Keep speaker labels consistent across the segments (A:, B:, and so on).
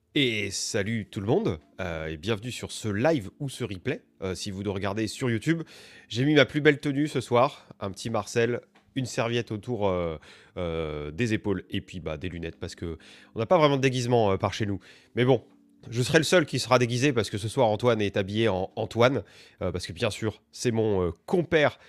A: Et salut tout le monde, et bienvenue sur ce live ou ce replay, si vous nous regardez sur YouTube. J'ai mis ma plus belle tenue ce soir, un petit Marcel, une serviette autour des épaules, et puis bah, des lunettes, parce que on n'a pas vraiment de déguisement par chez nous. Mais bon, je serai le seul qui sera déguisé, parce que ce soir Antoine est habillé en Antoine, parce que bien sûr, c'est mon compère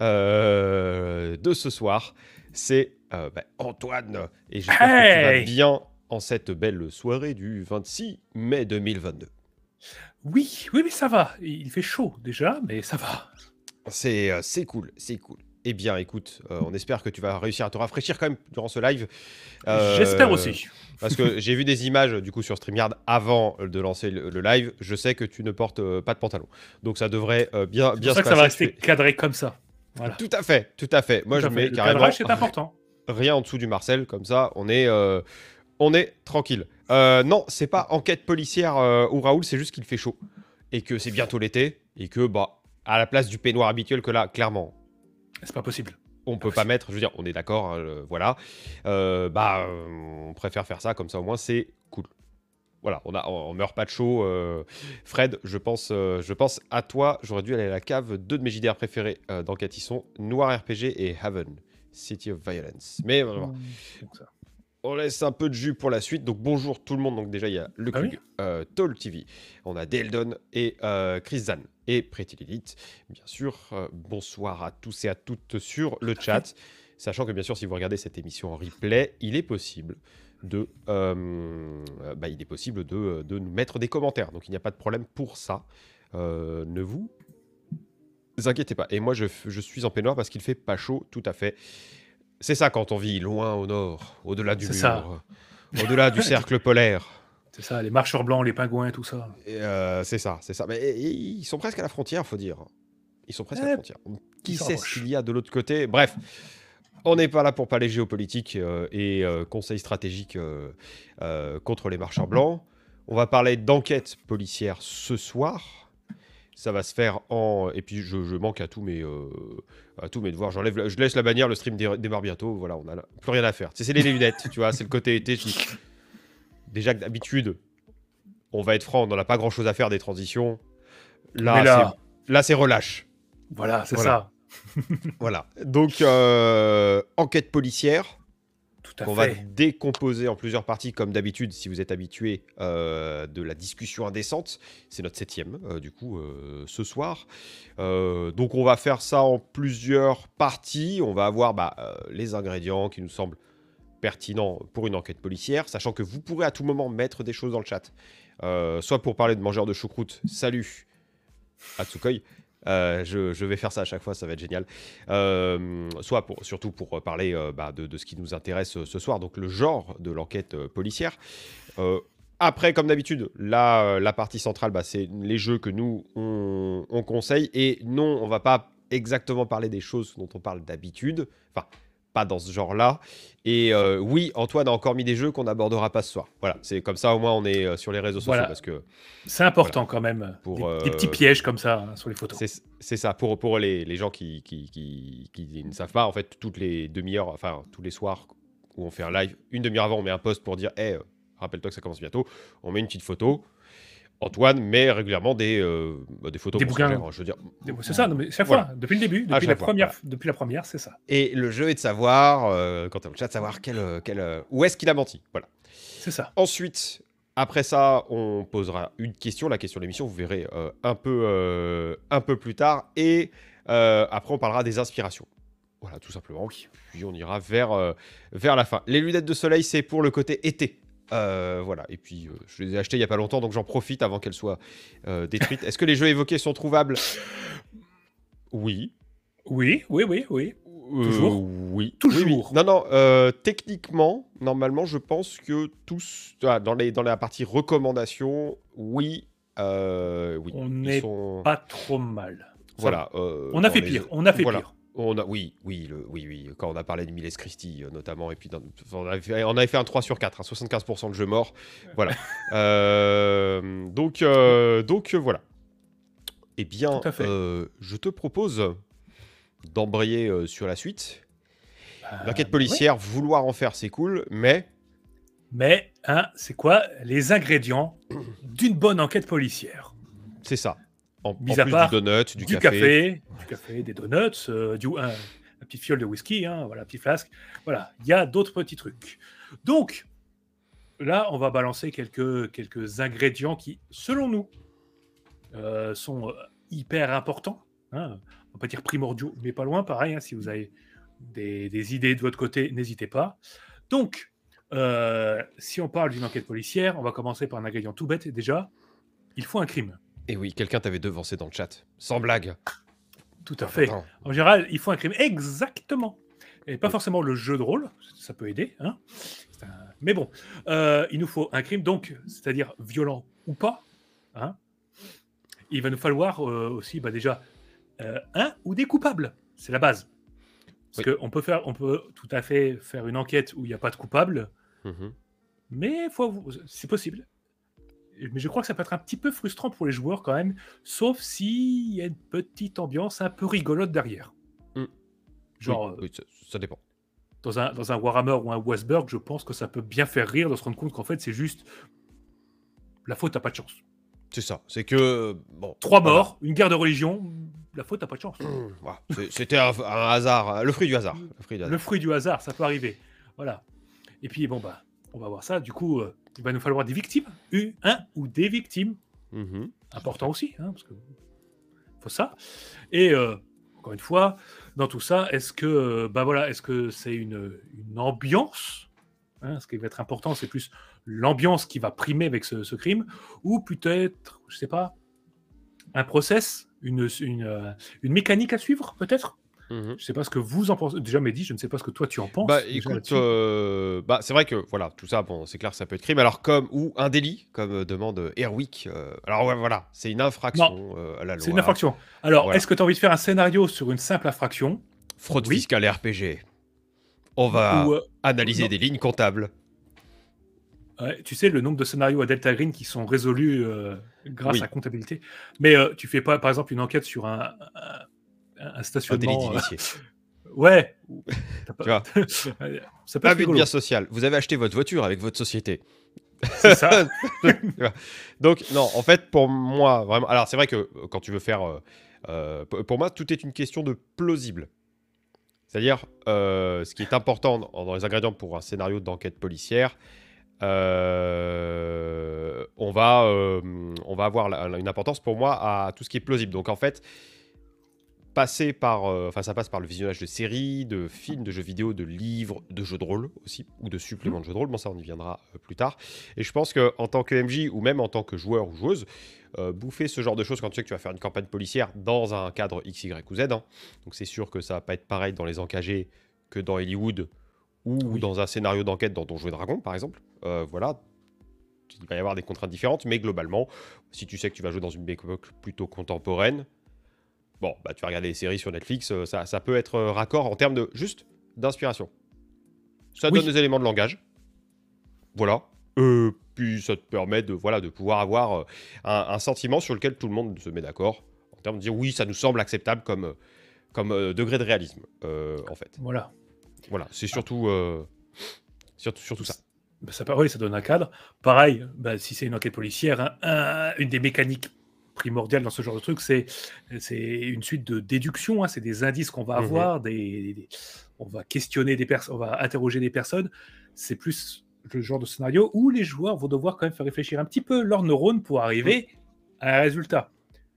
A: de ce soir, c'est Antoine, et j'espère que tu vas
B: Hey!
A: bien en cette belle soirée du 26 mai 2022.
B: Oui, oui, ça va. Il fait chaud déjà, mais ça va.
A: C'est cool, c'est cool. Eh bien, écoute, on espère que tu vas réussir à te rafraîchir quand même durant ce live.
B: J'espère
A: euh,
B: aussi.
A: Parce que j'ai vu des images du coup sur StreamYard avant de lancer le live. Je sais que tu ne portes pas de pantalon. Donc ça devrait bien,
B: C'est pour
A: bien
B: ça
A: se
B: que ça va
A: passer.
B: rester cadré comme ça. Voilà.
A: Tout à fait, tout à fait.
B: Tout
A: Moi, je
B: à fait.
A: mets
B: Le
A: carrément
B: cadrage, c'est important.
A: rien en dessous du Marcel. Comme ça, on est tranquille. Non, c'est pas enquête policière ou Raoul, c'est juste qu'il fait chaud. Et que c'est bientôt l'été. Et que, bah, à la place du peignoir habituel que là, clairement,
B: C'est pas possible.
A: on
B: Pas
A: peut pas
B: possible.
A: mettre. Je veux dire, on est d'accord, hein, voilà. On préfère faire ça, comme ça au moins c'est cool. Voilà, on meurt pas de chaud. Fred, je pense à toi. J'aurais dû aller à la cave. Deux de mes JDR préférés d'enquête, ils sont Noir RPG et Haven, City of Violence. Mais voilà.
B: C'est comme ça.
A: On laisse un peu de jus pour la suite. Donc bonjour tout le monde. Donc déjà il y a le
B: Ah oui?
A: Kug, Toll TV, on a Deldon et Chris Zan et Pretty Lilith. Bien sûr, bonsoir à tous et à toutes sur le chat. Sachant que bien sûr si vous regardez cette émission en replay, il est possible de nous mettre des commentaires. Donc il n'y a pas de problème pour ça. Ne vous inquiétez pas. Et moi je suis en peignoir parce qu'il fait pas chaud, tout à fait. C'est ça quand on vit loin au nord, au-delà du
B: C'est ça.
A: mur, au-delà du cercle polaire.
B: C'est ça, les marcheurs blancs, les pingouins, tout ça.
A: Et, c'est ça, c'est ça. Mais ils sont presque à la frontière, faut dire. Ils sont presque à la
B: Eh,
A: frontière.
B: ils
A: Qui
B: s'en
A: sait ce qu'il
B: rapprochent.
A: y a de l'autre côté? Bref, on n'est pas là pour parler géopolitique et conseils stratégiques contre les marchands blancs. On va parler d'enquête policière ce soir. Ça va se faire en... Et puis je manque à tous mes devoirs. Je laisse la bannière, le stream démarre bientôt. Voilà, on a plus rien à faire. C'est les lunettes, tu vois, c'est le côté été. Déjà que d'habitude, on va être franc, on n'en a pas grand-chose à faire des transitions.
B: Mais
A: Là, c'est relâche.
B: voilà, c'est
A: Voilà,
B: ça.
A: voilà. Donc, enquête policière,
B: Tout à
A: qu'on va
B: fait.
A: décomposer en plusieurs parties, comme d'habitude, si vous êtes habitué de la discussion indécente. C'est notre 7e, du coup, ce soir. Donc, on va faire ça en plusieurs parties. On va avoir les ingrédients qui nous semblent pertinents pour une enquête policière, sachant que vous pourrez à tout moment mettre des choses dans le chat. Soit pour parler de mangeurs de choucroute, salut Atsukoi. Je vais faire ça à chaque fois, ça va être génial. Soit surtout pour parler de ce qui nous intéresse ce soir, donc le genre de l'enquête policière. Après, comme d'habitude, la partie centrale, c'est les jeux que nous, on conseille. Et non, on va pas exactement parler des choses dont on parle d'habitude. Enfin, pas dans ce genre-là. Et oui, Antoine a encore mis des jeux qu'on n'abordera pas ce soir. Voilà, c'est comme ça, au moins, on est sur les réseaux sociaux.
B: Voilà.
A: Parce que,
B: C'est
A: voilà,
B: important quand même.
A: pour...
B: Des petits pièges comme ça hein, sur les photos.
A: c'est ça, pour les gens qui ne savent pas, en fait, toutes les demi-heures, enfin, tous les soirs où on fait un live, une demi-heure avant, on met un post pour dire « Hey, rappelle-toi que ça commence bientôt ». On met une petite photo. Antoine met régulièrement des photos
B: Des
A: mensongères,
B: bouquins.
A: hein, je veux dire.
B: C'est ça, non, mais chaque
A: Voilà,
B: fois, depuis le début,
A: à chaque fois, voilà.
B: depuis la première, c'est ça.
A: Et le jeu est de savoir, quand on est dans le chat, de savoir où est-ce qu'il a menti. Voilà.
B: C'est ça.
A: Ensuite, après ça, on posera une question, la question de l'émission, vous verrez un peu plus tard. Et après, on parlera des inspirations. Voilà, tout simplement.
B: Oui.
A: Puis on ira vers la fin. Les lunettes de soleil, c'est pour le côté été. Voilà, et puis je les ai achetées il n'y a pas longtemps, donc j'en profite avant qu'elles soient détruites. Est-ce que les jeux évoqués sont trouvables? Oui.
B: Oui. Toujours.
A: Oui. Oui.
B: Toujours.
A: Non, non. Techniquement, normalement, je pense que tous, dans la partie recommandations, oui. Oui.
B: On
A: Ils
B: n'est
A: sont.
B: pas trop mal. Ça
A: Voilà.
B: va. On a fait pire. On a fait
A: Voilà.
B: pire.
A: Oui. Quand on a parlé de Miles Christie, notamment, et puis on avait fait un 3 sur 4, 75% de jeux morts. Voilà. Donc voilà. Eh
B: Tout
A: bien,
B: à fait.
A: je te propose d'embrayer sur la suite. L'enquête policière,
B: Oui.
A: vouloir en faire, c'est cool, mais
B: Mais, hein, c'est quoi les ingrédients d'une bonne enquête policière?
A: C'est ça. En
B: Mis à
A: plus du
B: part
A: donut, du café.
B: du café, des donuts, un petit fiole de whisky, hein, voilà, un petit flasque. Voilà, il y a d'autres petits trucs. Donc, là, on va balancer quelques ingrédients qui, selon nous, sont hyper importants. Hein. On va pas dire primordiaux, mais pas loin. Pareil, hein, si vous avez des idées de votre côté, n'hésitez pas. Donc, si on parle d'une enquête policière, on va commencer par un ingrédient tout bête. Déjà, il faut un crime.
A: Et oui, quelqu'un t'avait devancé dans le chat. Sans blague.
B: Tout à fait. En général, il faut un crime. Exactement. Et pas forcément le jeu de rôle, ça peut aider. Hein. Mais bon, il nous faut un crime, donc, c'est-à-dire violent ou pas. Hein. Il va nous falloir aussi, déjà, un ou des coupables. C'est la base. Parce qu'on peut tout à fait faire une enquête où il n'y a pas de coupable, mais c'est possible. Mais je crois que ça peut être un petit peu frustrant pour les joueurs quand même, sauf s'il y a une petite ambiance un peu rigolote derrière. Genre,
A: oui, ça dépend.
B: Dans un Warhammer ou un Westberg, je pense que ça peut bien faire rire de se rendre compte qu'en fait, c'est juste la faute, t'as pas de chance.
A: C'est ça, c'est que... Bon,
B: 3 morts, une guerre de religion, la faute, t'as pas de chance.
A: C'était un hasard, le fruit du hasard.
B: Le fruit du hasard, ça peut arriver. Voilà. Et puis, on va voir ça. Du coup, il va nous falloir des victimes, un ou des victimes. Important aussi, hein, parce que faut ça. Et encore une fois, dans tout ça, est-ce que est-ce que c'est une ambiance, hein, ce qui va être important, c'est plus l'ambiance qui va primer avec ce crime, ou peut-être, je sais pas, un process, une mécanique à suivre, peut-être. Je sais pas ce que vous en pensez. Déjà, Mehdi, je ne sais pas ce que toi tu en penses.
A: Écoute, c'est vrai que voilà, tout ça, bon, c'est clair que ça peut être crime. Alors ou un délit, comme demande Erwick. Alors ouais, voilà, c'est une infraction à la loi.
B: C'est une infraction. Alors, voilà. Est-ce que tu as envie de faire un scénario sur une simple infraction?
A: Fraude fiscale et RPG. On va analyser des lignes comptables.
B: Tu sais, le nombre de scénarios à Delta Green qui sont résolus grâce à comptabilité. Mais tu fais pas, par exemple, une enquête sur un stationnement.
A: Un délit d'initié.
B: Ouais.
A: Tu vois.
B: Ça peut être
A: but bien social. Vous avez acheté votre voiture avec votre société.
B: C'est ça.
A: Donc, non, en fait, pour moi, vraiment... Alors, c'est vrai que quand tu veux faire... pour moi, tout est une question de plausible. C'est-à-dire, ce qui est important dans les ingrédients pour un scénario d'enquête policière, on va avoir une importance pour moi à tout ce qui est plausible. Donc, en fait... ça passe par le visionnage de séries, de films, de jeux vidéo, de livres, de jeux de rôle aussi, ou de suppléments de jeux de rôle. Bon, ça, on y viendra plus tard. Et je pense qu'en tant que MJ, ou même en tant que joueur ou joueuse, bouffer ce genre de choses quand tu sais que tu vas faire une campagne policière dans un cadre X, Y ou Z. Hein. Donc, c'est sûr que ça va pas être pareil dans les encagés que dans Hollywood ou dans un scénario d'enquête dans Donjons et Dragons, par exemple. Voilà. Il va y avoir des contraintes différentes, mais globalement, si tu sais que tu vas jouer dans une époque plutôt contemporaine, bon, tu vas regarder des séries sur Netflix, ça peut être raccord en termes d'inspiration. Ça donne des éléments de langage. Voilà. Puis ça te permet de pouvoir avoir un sentiment sur lequel tout le monde se met d'accord. En termes de dire oui, ça nous semble acceptable comme degré de réalisme, en fait.
B: Voilà.
A: Voilà, c'est surtout ça.
B: Ça donne un cadre. Pareil, si c'est une enquête policière, une des mécaniques primordial dans ce genre de truc, c'est une suite de déductions, hein, c'est des indices qu'on va avoir, on va questionner des personnes, on va interroger des personnes. C'est plus le genre de scénario où les joueurs vont devoir quand même faire réfléchir un petit peu leurs neurones pour arriver à un résultat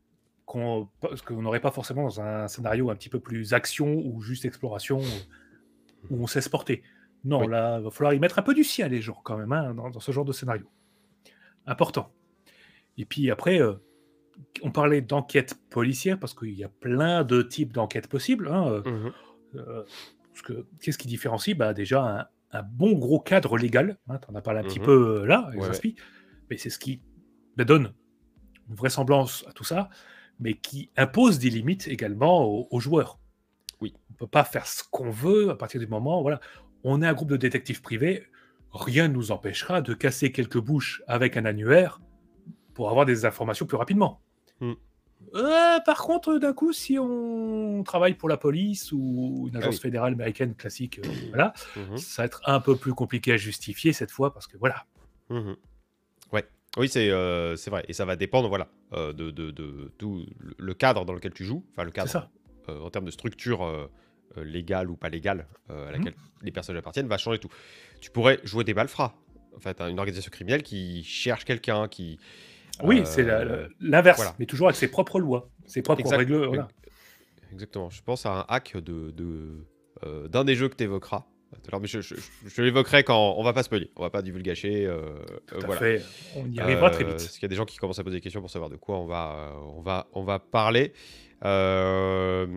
B: ce qu'on n'aurait pas forcément dans un scénario un petit peu plus action ou juste exploration où on sait se porter. Non, là, il va falloir y mettre un peu du sien, les gens, quand même, hein, dans ce genre de scénario. Important. Et puis après... on parlait d'enquête policière parce qu'il y a plein de types d'enquêtes possibles. Hein, parce que qu'est-ce qui différencie déjà un bon gros cadre légal. Hein, tu en as parlé un petit peu là, avec Zaspi, mais c'est ce qui donne une vraisemblance à tout ça, mais qui impose des limites également aux joueurs.
A: Oui.
B: On ne peut pas faire ce qu'on veut à partir du moment où on est un groupe de détectives privés, rien ne nous empêchera de casser quelques bouches avec un annuaire pour avoir des informations plus rapidement. Par contre, d'un coup, si on travaille pour la police ou une
A: Ah
B: agence
A: oui.
B: fédérale américaine classique, voilà,
A: Mhm.
B: ça va être un peu plus compliqué à justifier cette fois parce que voilà.
A: Mhm. Ouais. Oui, c'est vrai. Et ça va dépendre, voilà, de tout le cadre dans lequel tu joues, enfin le
B: C'est
A: cadre
B: ça.
A: en termes de structure légale ou pas légale à
B: Mmh.
A: laquelle les personnes appartiennent, va changer tout. Tu pourrais jouer des malfrats, en fait, hein, une organisation criminelle qui cherche quelqu'un, qui...
B: Oui, c'est l'inverse,
A: voilà.
B: mais toujours avec ses propres lois, ses propres
A: Exact.
B: règles, voilà.
A: Exactement. Je pense à un hack d'un des jeux que tu évoqueras. Alors, mais je l'évoquerai quand on va pas spoiler, on va pas divulgacher.
B: Tout à
A: Voilà.
B: fait, on y arrivera très
A: Parce
B: vite.
A: qu'il y a des gens qui commencent à poser des questions pour savoir de quoi on va parler. Euh,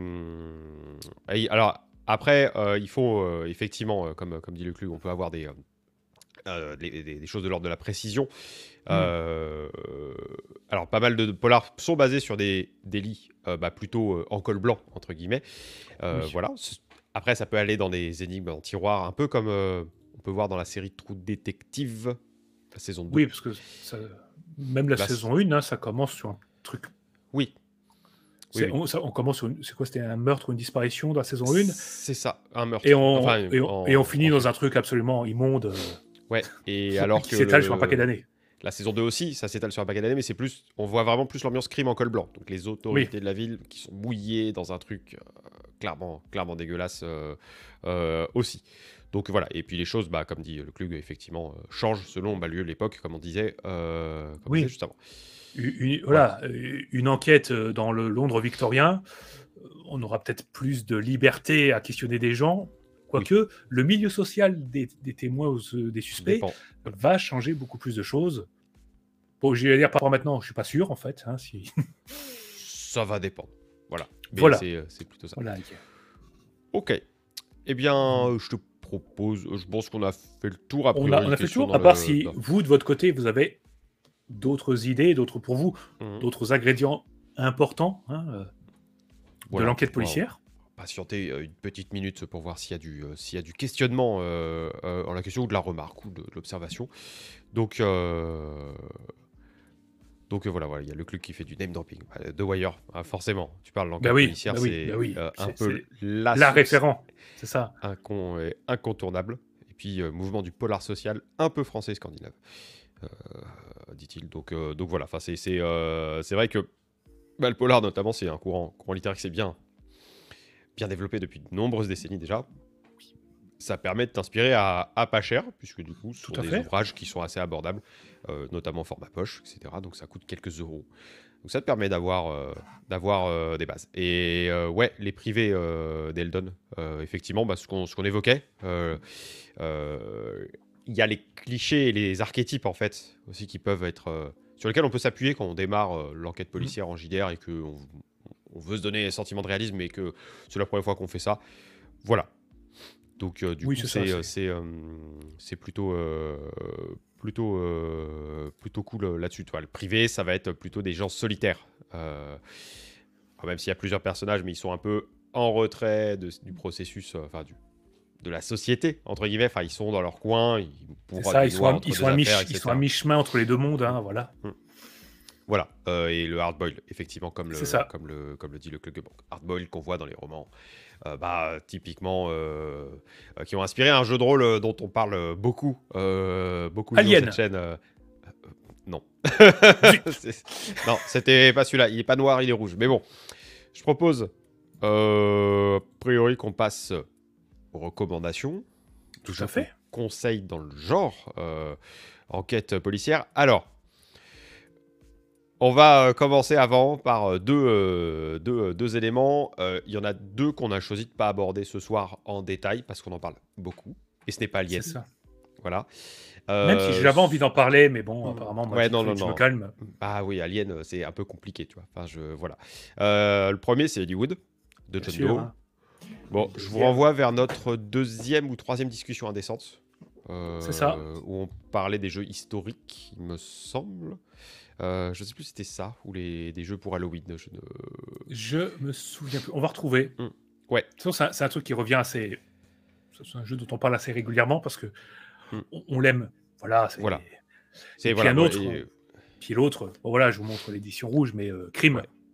A: alors, après, il faut effectivement, comme dit le Club, on peut avoir des choses de l'ordre de la précision.
B: Mmh.
A: Euh, alors, pas mal de polars sont basés sur des délits plutôt en col blanc, entre guillemets.
B: Oui.
A: Voilà. Après, ça peut aller dans des énigmes en tiroir, un peu comme on peut voir dans la série True Detective, la saison 2.
B: Oui, parce que même la
A: Là,
B: saison 1, hein, ça commence sur un truc.
A: oui, oui, oui.
B: On commence sur c'est quoi? C'était un meurtre ou une disparition dans la saison 1
A: C'est ça, un
B: et
A: meurtre.
B: on,
A: Enfin,
B: et on, et on finit
A: en
B: dans
A: film.
B: un truc absolument immonde
A: Ouais, et alors
B: qui
A: que
B: s'étale sur un paquet d'années.
A: la saison 2 aussi, ça s'étale sur un paquet d'années, mais c'est plus, on voit vraiment plus l'ambiance crime en col blanc. Donc les
B: Oui,
A: autorités de la ville qui sont mouillées dans un truc clairement dégueulasse aussi. Donc voilà, et puis les choses, comme dit le Clug, effectivement, changent selon lieu, l'époque, comme on disait
B: oui.
A: juste avant. Voilà.
B: Voilà, une enquête dans le Londres victorien, on aura peut-être plus de liberté à questionner des gens,
A: Oui,
B: quoique le milieu social des témoins ou des suspects
A: dépend. Voilà.
B: va changer beaucoup plus de choses. Bon, je vais dire par rapport à maintenant, je suis pas sûr en fait. Hein, si...
A: Ça va dépendre. Voilà, mais
B: Voilà,
A: c'est plutôt ça.
B: voilà.
A: Ok. Eh bien, je te propose, je pense qu'on a fait le tour, a
B: On
A: priori,
B: a fait le
A: question
B: tour,
A: dans
B: à part
A: le...
B: si vous, de votre côté, vous avez d'autres idées, d'autres pour vous,
A: Mhm.
B: d'autres ingrédients importants hein, de
A: Voilà,
B: l'enquête
A: peut-être moi,
B: policière.
A: patienter une petite minute pour voir s'il y a du questionnement en la question, ou de la remarque, ou de l'observation. Donc, voilà, il y a le Club qui fait du name dropping. The Wire, hein, forcément. Tu parles de
B: Ben
A: l'enquête
B: oui,
A: policière,
B: ben
A: c'est
B: oui,
A: un peu
B: c'est
A: la
B: la
A: source
B: référent, c'est ça.
A: incontournable. Et puis, mouvement du polar social, un peu français scandinave, euh, dit-il. Donc voilà, c'est vrai que le polar, notamment, c'est un courant littéraire qui s'est bien développé depuis de nombreuses décennies déjà. Ça permet de t'inspirer à pas cher, puisque du coup, ce
B: Tout
A: sont
B: à
A: des
B: fait.
A: ouvrages qui sont assez abordables, notamment en format poche, etc. Donc ça coûte quelques euros. Donc ça te permet d'avoir des bases. Et ouais, les privés d'Eldon, effectivement, ce qu'on évoquait, il y a les clichés et les archétypes, en fait, aussi qui peuvent être... sur lesquels on peut s'appuyer quand on démarre l'enquête
B: Mm.
A: policière en JDR et qu'on on veut se donner un sentiment de réalisme et que c'est la première fois qu'on fait ça. Voilà. Donc du
B: Oui,
A: coup,
B: c'est ça.
A: c'est plutôt cool là-dessus. Le privé, ça va être plutôt des gens solitaires. Même s'il y a plusieurs personnages, mais ils sont un peu en retrait du processus, de la société, entre guillemets. Enfin, ils sont dans leur coin, ils
B: C'est
A: pourraient
B: ça,
A: des doigts entre deux affaires,
B: ils sont à
A: etc.
B: mi-chemin entre les deux mondes, hein, voilà.
A: Mm. Voilà, et le hardboil, effectivement,
B: C'est ça.
A: comme le dit le Clug. Hardboil qu'on voit dans les romans, typiquement, qui ont inspiré un jeu de rôle dont on parle beaucoup sur
B: Alien.
A: cette chaîne. Non.
B: Zut.
A: Non, c'était pas celui-là. Il est pas noir, il est rouge. Mais bon, je propose, a priori, qu'on passe aux recommandations,
B: Tout
A: jeux
B: à
A: qu'on
B: fait.
A: conseille dans le genre enquête policière. Alors, on va commencer avant par deux éléments. Il y en a deux qu'on a choisi de ne pas aborder ce soir en détail parce qu'on en parle beaucoup. Et ce n'est pas
B: C'est
A: Alien.
B: ça.
A: Voilà.
B: Même si j'avais envie d'en parler, mais bon,
A: Hmm.
B: apparemment, on m'a
A: Ouais,
B: dit qu'il
A: non,
B: fallait
A: non,
B: que je me
A: non.
B: calme.
A: Bah oui, Alien, c'est un peu compliqué, tu vois. Enfin, voilà. Le premier, c'est Hollywood, de
B: Bien
A: John
B: sûr.
A: Dahl.
B: Hein.
A: Bon, je vous renvoie vers notre deuxième ou troisième discussion indécente,
B: C'est ça.
A: où on parlait des jeux historiques, il me semble. Je sais plus si c'était ça, ou des jeux pour Halloween.
B: Je me souviens plus. On va retrouver.
A: Hmm. Ouais.
B: De toute façon, c'est un truc qui revient assez. C'est un jeu dont on parle assez régulièrement parce que
A: Hmm.
B: on l'aime. Voilà.
A: Voilà.
B: Et puis
A: Voilà.
B: un autre. Puis l'autre. Bon, voilà, je vous montre l'édition rouge, mais Crime.
A: Ouais.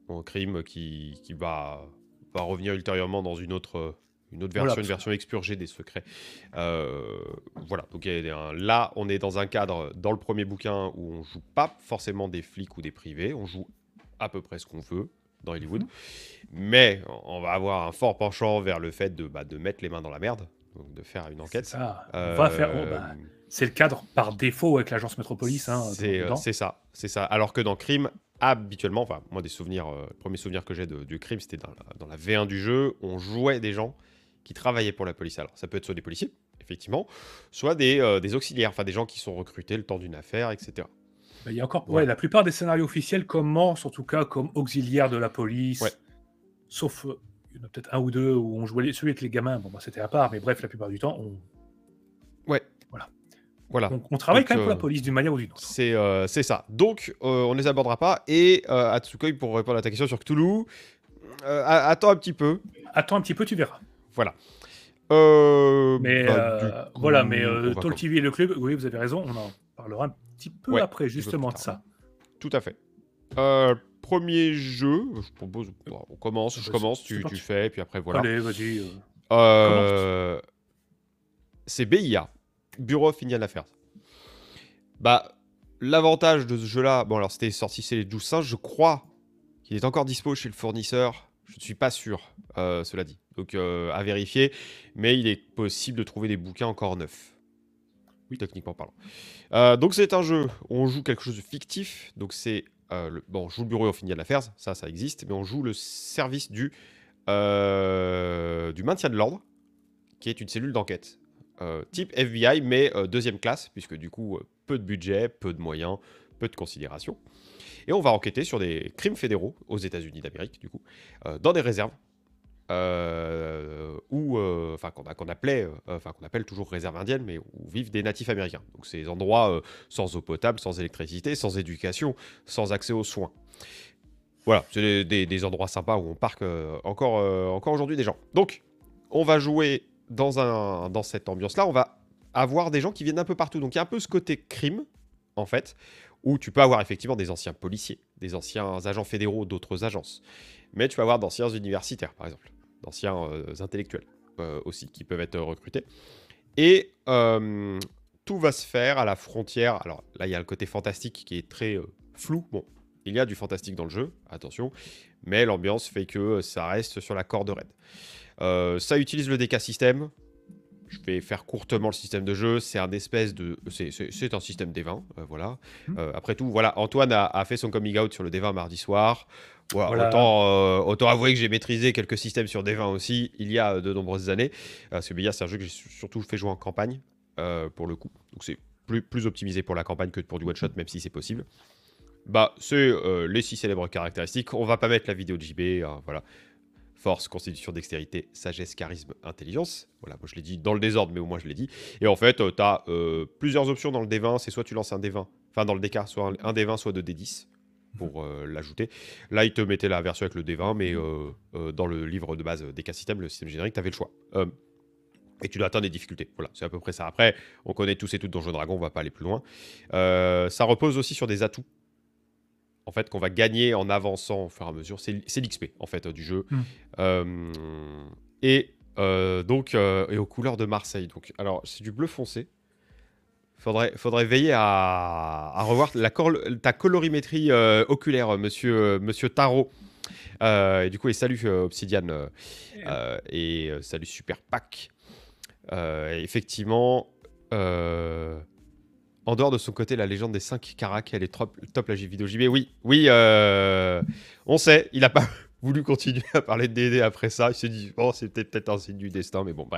A: en crime qui va revenir ultérieurement dans une autre
B: Voilà,
A: version, une version expurgée des secrets. Voilà, donc là, on est dans un cadre, dans le premier bouquin, où on joue pas forcément des flics ou des privés, on joue à peu près ce qu'on veut dans Hollywood, mais on va avoir un fort penchant vers le fait de mettre les mains dans la merde, donc de faire une
B: c'est
A: enquête.
B: ça. On va faire. C'est le cadre par défaut avec l'agence Métropolis dedans.
A: C'est ça, c'est ça. Alors que dans Crime, habituellement, enfin, moi, des souvenirs, le premier souvenir que j'ai du Crime, c'était dans la V1 du jeu, on jouait des gens qui travaillaient pour la police. Alors, ça peut être soit des policiers, effectivement, soit des auxiliaires, enfin, des gens qui sont recrutés le temps d'une affaire, etc.
B: Il y a encore,
A: Voilà.
B: la plupart des scénarios officiels commencent en tout cas comme auxiliaires de la police,
A: Ouais.
B: sauf il y en a peut-être un ou deux où on jouait celui avec les gamins. Bon, c'était à part, mais bref, la plupart du temps,
A: Ouais. Voilà.
B: On travaille
A: Donc,
B: quand même pour la police d'une manière ou d'une autre.
A: C'est ça. Donc, on ne les abordera pas. Et Atsukoi, pour répondre à ta question sur Cthulhu, attends un petit peu.
B: Attends un petit peu, tu verras.
A: Voilà.
B: Mais voilà, mais Talk TV et le club, oui, vous avez raison, on en parlera un petit peu après, justement, de ça.
A: Tout à fait. Premier jeu, je propose, on commence, je commence, tu fais, et puis après, voilà.
B: Allez, vas-y.
A: C'est BIA, Bureau of Indian Affairs. Bah, l'avantage de ce jeu-là, bon alors c'était sorti, c'est les 12 singes, je crois qu'il est encore dispo chez le fournisseur, je ne suis pas sûr, cela dit. Donc à vérifier, mais il est possible de trouver des bouquins encore neufs. Oui, techniquement parlant. Donc c'est un jeu où on joue quelque chose de fictif, donc c'est... on joue le Bureau of Indian Affairs, ça existe, mais on joue le service du maintien de l'ordre, qui est une cellule d'enquête. Type FBI, mais deuxième classe, puisque du coup, peu de budget, peu de moyens, peu de considération. Et on va enquêter sur des crimes fédéraux aux États-Unis d'Amérique, du coup, dans des réserves, qu'on appelle toujours réserves indiennes, mais où vivent des natifs américains. Donc ces endroits sans eau potable, sans électricité, sans éducation, sans accès aux soins. Voilà, c'est des endroits sympas où on parque encore aujourd'hui des gens. Donc, on va jouer dans cette ambiance-là, on va avoir des gens qui viennent d'un peu partout. Donc il y a un peu ce côté crime, en fait, où tu peux avoir effectivement des anciens policiers, des anciens agents fédéraux d'autres agences. Mais tu peux avoir d'anciens universitaires, par exemple, d'anciens intellectuels aussi, qui peuvent être recrutés. Et tout va se faire à la frontière. Alors là, il y a le côté fantastique qui est très flou. Bon, il y a du fantastique dans le jeu, attention, mais l'ambiance fait que ça reste sur la corde raide. Ça utilise le DK système. Je vais faire courtement le système de jeu. C'est un espèce de... C'est un système D20, voilà. Après tout, voilà, Antoine a fait son coming out sur le D20 mardi soir. Voilà. Autant avouer que j'ai maîtrisé quelques systèmes sur D20 aussi, il y a de nombreuses années. Parce que BIA, c'est un jeu que j'ai surtout fait jouer en campagne, pour le coup. Donc c'est plus optimisé pour la campagne que pour du one-shot, même si c'est possible. Bah, c'est les 6 célèbres caractéristiques. On va pas mettre la vidéo de JB, hein, voilà. Force, constitution, dextérité, sagesse, charisme, intelligence. Voilà, moi je l'ai dit dans le désordre, mais au moins je l'ai dit. Et en fait, tu as plusieurs options dans le D20. C'est soit tu lances un D20, enfin dans le DK, soit un D20, soit 2 D10 pour l'ajouter. Là, il te mettait la version avec le D20, mais dans le livre de base DK System, le système générique, tu avais le choix. Et tu dois atteindre des difficultés. Voilà, c'est à peu près ça. Après, on connaît tous et toutes Donjons Dragons, on va pas aller plus loin. Ça repose aussi sur des atouts. En fait, qu'on va gagner en avançant au fur et à mesure. C'est l'XP, en fait, du jeu. Et aux couleurs de Marseille. Donc, alors, c'est du bleu foncé. Faudrait veiller à revoir ta colorimétrie oculaire, monsieur Tarot. Et du coup, et salut Obsidian. Et salut Super Pack. Effectivement... En dehors de son côté, la légende des 5 caracs, elle est top la vidéo JB. Oui, on sait, il n'a pas voulu continuer à parler de D&D après ça. Il s'est dit, oh, c'est peut-être un signe du destin, mais bon, bref.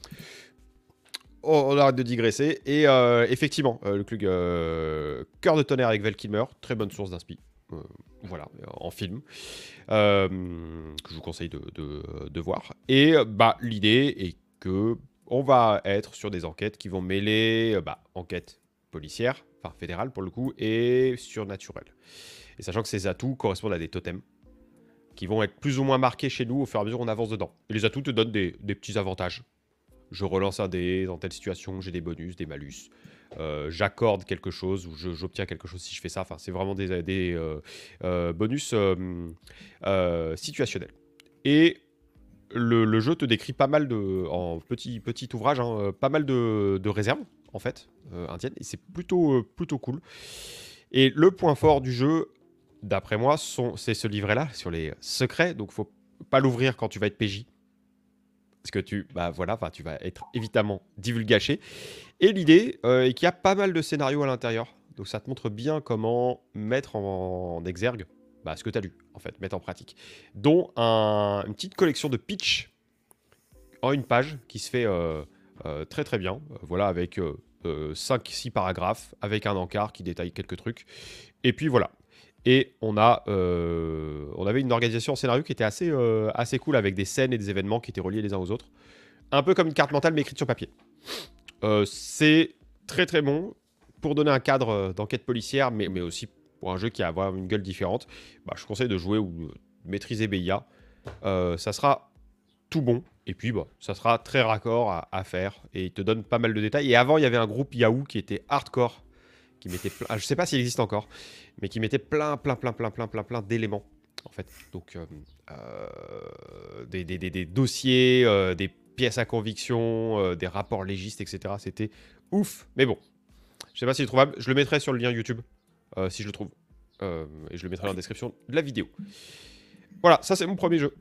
A: On arrête de digresser. Et effectivement, le Klug Cœur de tonnerre avec Val Kilmer, très bonne source d'inspi. Voilà, en film. Que je vous conseille de voir. Et l'idée est que on va être sur des enquêtes qui vont mêler enquête policière, enfin fédérale pour le coup, et surnaturelle. Et sachant que ces atouts correspondent à des totems qui vont être plus ou moins marqués chez nous au fur et à mesure qu'on avance dedans. Et les atouts te donnent des petits avantages. Je relance un dé dans telle situation, j'ai des bonus, des malus. j'accorde quelque chose ou j'obtiens quelque chose si je fais ça. Enfin, c'est vraiment des bonus situationnels. Et le jeu te décrit pas mal en petit ouvrage, hein, pas mal de réserves, en fait, indiennes. Et c'est plutôt cool. Et le point fort du jeu, d'après moi, c'est ce livret-là, sur les secrets. Donc, faut pas l'ouvrir quand tu vas être PJ. Parce que tu vas être évidemment divulgaché. Et l'idée est qu'il y a pas mal de scénarios à l'intérieur. Donc ça te montre bien comment mettre en exergue ce que tu as lu, en fait, mettre en pratique. Dont une petite collection de pitch en une page qui se fait très très bien. Voilà, avec 5-6 paragraphes, avec un encart qui détaille quelques trucs. Et puis voilà. Et on avait une organisation en scénario qui était assez cool, avec des scènes et des événements qui étaient reliés les uns aux autres. Un peu comme une carte mentale, mais écrite sur papier. C'est très très bon pour donner un cadre d'enquête policière, mais aussi pour un jeu qui a avoir une gueule différente. Je conseille de jouer ou maîtriser BIA. Ça sera tout bon. Et puis, ça sera très raccord à faire. Et il te donne pas mal de détails. Et avant, il y avait un groupe Yahoo qui était hardcore. Qui mettait je sais pas s'il existe encore, mais qui mettait plein d'éléments, en fait. Donc, des dossiers, des pièces à conviction, des rapports légistes, etc. C'était ouf. Mais bon, je sais pas s'il est trouvable. Je le mettrai sur le lien YouTube, si je le trouve. Et je le mettrai dans la description de la vidéo. Voilà, ça c'est mon premier jeu.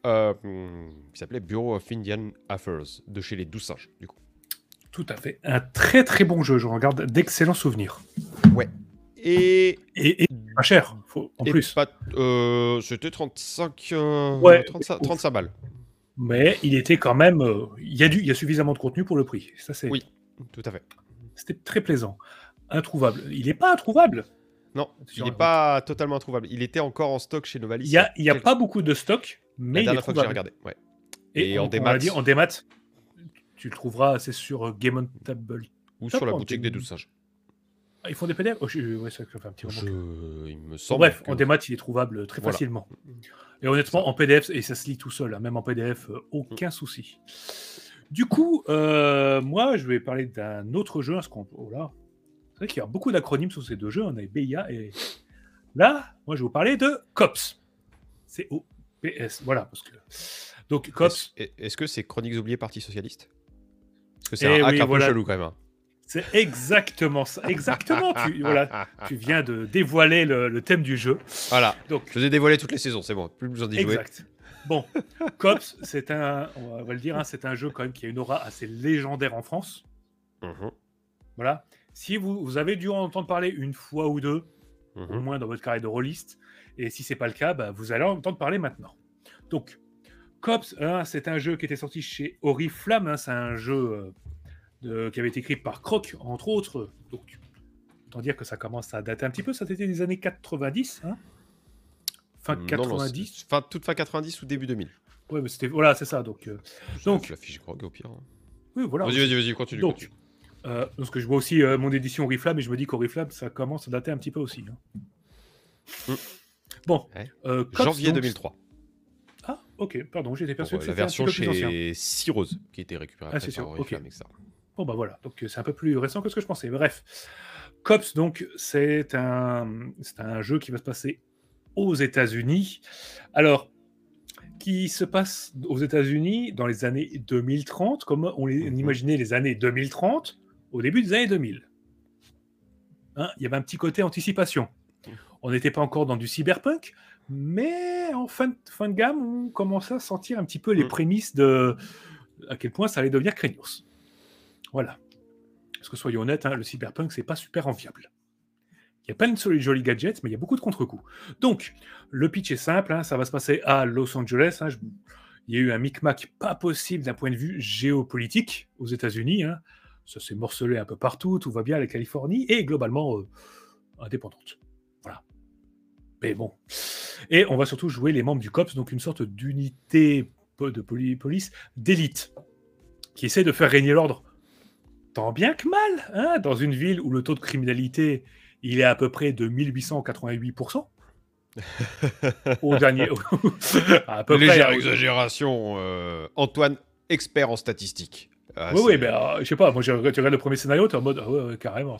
A: Qui s'appelait Bureau of Indian Affairs, de chez les 12 singes, du coup.
B: Tout à fait. Un très très bon jeu. Je regarde d'excellents souvenirs.
A: Ouais. Et
B: pas cher, en plus.
A: C'était 35 balles.
B: Mais il était quand même... il y a suffisamment de contenu pour le prix. Ça,
A: oui, tout à fait.
B: C'était très plaisant. Introuvable. Il n'est pas introuvable.
A: Non, il n'est pas totalement introuvable. Il était encore en stock chez Novalis.
B: Il n'y a pas beaucoup de stock, mais
A: la dernière fois que j'ai regardé. Ouais.
B: Et en démat, tu le trouveras, c'est sur Game on Table.
A: Ou sur la boutique des 12 singes.
B: Ils font des PDF ouais, ça fait un petit moment.
A: Il me semble.
B: Bref, en démat, il est trouvable très facilement. Et honnêtement, en PDF, et ça se lit tout seul, hein, même en PDF, aucun souci. Du coup, moi, je vais parler d'un autre jeu. C'est vrai qu'il y a beaucoup d'acronymes sur ces deux jeux. On a BIA et là, moi, je vais vous parler de COPS. C-O-P-S. Voilà. Donc, COPS.
A: Est-ce que c'est Chroniques oubliées Parti Socialiste? Parce que c'est un hack un peu chelou quand même. Hein.
B: C'est exactement ça. Exactement. Tu viens de dévoiler le thème du jeu.
A: Voilà. Donc, je vous ai dévoilé toutes les saisons, c'est bon. Plus besoin d'y jouer.
B: Exact. Bon, COPS, on va le dire, hein, c'est un jeu quand même qui a une aura assez légendaire en France. Voilà. Si vous avez dû en entendre parler une fois ou deux, au moins dans votre carrière de rôliste, et si c'est pas le cas, vous allez en entendre parler maintenant. Donc, COPS, c'est un jeu qui était sorti chez Oriflamme. C'est un jeu qui avait été écrit par Croc, entre autres. Donc, autant dire que ça commence à dater un petit peu. Ça était des années 90. Fin 90.
A: Toute fin 90 ou début 2000.
B: Ouais, mais c'était... Voilà, c'est ça. Donc
A: la fiche Croc au pire. Hein.
B: Oui, voilà.
A: Vas-y, continue.
B: Donc, parce que je vois aussi mon édition Oriflamme et je me dis qu'Oriflamme, ça commence à dater un petit peu aussi. Bon.
A: Cops, janvier 2003.
B: Ah, ok, pardon, j'étais persuadé que
A: c'était la version chez Cirrose qui était récupérée après par Oriflamme, etc.
B: Bon, voilà, donc c'est un peu plus récent que ce que je pensais. Bref, COPS, donc, c'est un jeu qui va se passer aux États-Unis. Alors, qui se passe aux États-Unis dans les années 2030, comme on imaginait les années 2030 au début des années 2000. Il y avait un petit côté anticipation. On n'était pas encore dans du cyberpunk, mais en fin de gamme, on commençait à sentir un petit peu les prémices de à quel point ça allait devenir craignos. Voilà. Parce que soyons honnêtes, le cyberpunk, c'est pas super enviable. Il y a plein de jolis gadgets, mais il y a beaucoup de contre-coups. Donc, le pitch est simple, ça va se passer à Los Angeles. Il y a eu un micmac pas possible d'un point de vue géopolitique aux États-Unis. Ça s'est morcelé un peu partout, tout va bien à la Californie, et globalement indépendante. Voilà. Mais bon. Et on va surtout jouer les membres du COPS, donc une sorte d'unité de police d'élite, qui essaie de faire régner l'ordre tant bien que mal, dans une ville où le taux de criminalité il est à peu près de 1888%. Au dernier.
A: À peu Légère près, exagération. Antoine, expert en statistiques. Ah,
B: Oui, oui,
A: c'est...
B: mais je sais pas, moi, tu regardes le premier scénario, t'es en mode, ah ouais, ouais, carrément.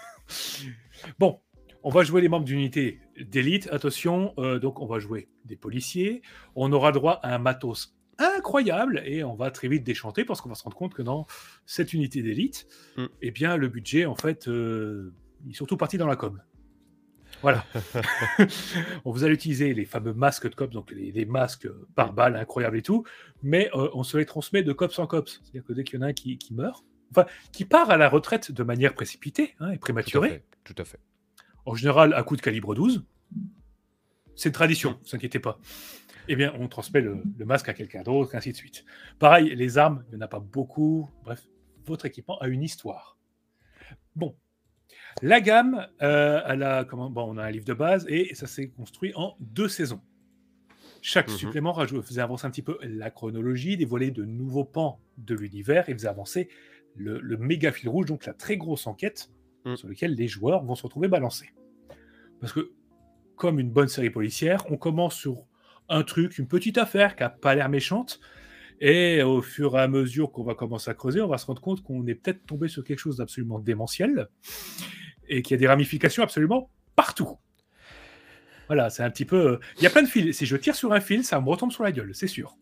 B: Bon, on va jouer les membres d'unité d'élite. Attention, donc on va jouer des policiers. On aura droit à un matos incroyable et on va très vite déchanter parce qu'on va se rendre compte que dans cette unité d'élite,
A: Mm.
B: eh bien, le budget, en fait, il est surtout parti dans la com. Voilà. On vous allez utiliser les fameux masques de cops, donc les masques par balle incroyables et tout, mais on se les transmet de cops en cops. C'est-à-dire que dès qu'il y en a un qui meurt, enfin, qui part à la retraite de manière précipitée et prématurée,
A: Tout à fait.
B: en général à coup de calibre 12, c'est une tradition, ne vous inquiétez pas. Eh bien, on transmet le masque à quelqu'un d'autre, ainsi de suite. Pareil, les armes, il n'y en a pas beaucoup. Bref, votre équipement a une histoire. Bon. La gamme, on a un livre de base et ça s'est construit en 2 saisons. Chaque supplément faisait avancer un petit peu la chronologie, dévoiler de nouveaux pans de l'univers et faisait avancer le méga fil rouge, donc la très grosse enquête sur laquelle les joueurs vont se retrouver balancés. Parce que, comme une bonne série policière, on commence sur un truc, une petite affaire qui n'a pas l'air méchante, et au fur et à mesure qu'on va commencer à creuser, on va se rendre compte qu'on est peut-être tombé sur quelque chose d'absolument démentiel, et qu'il y a des ramifications absolument partout. Voilà, c'est un petit peu... Il y a plein de fils. Si je tire sur un fil, ça me retombe sur la gueule, c'est sûr.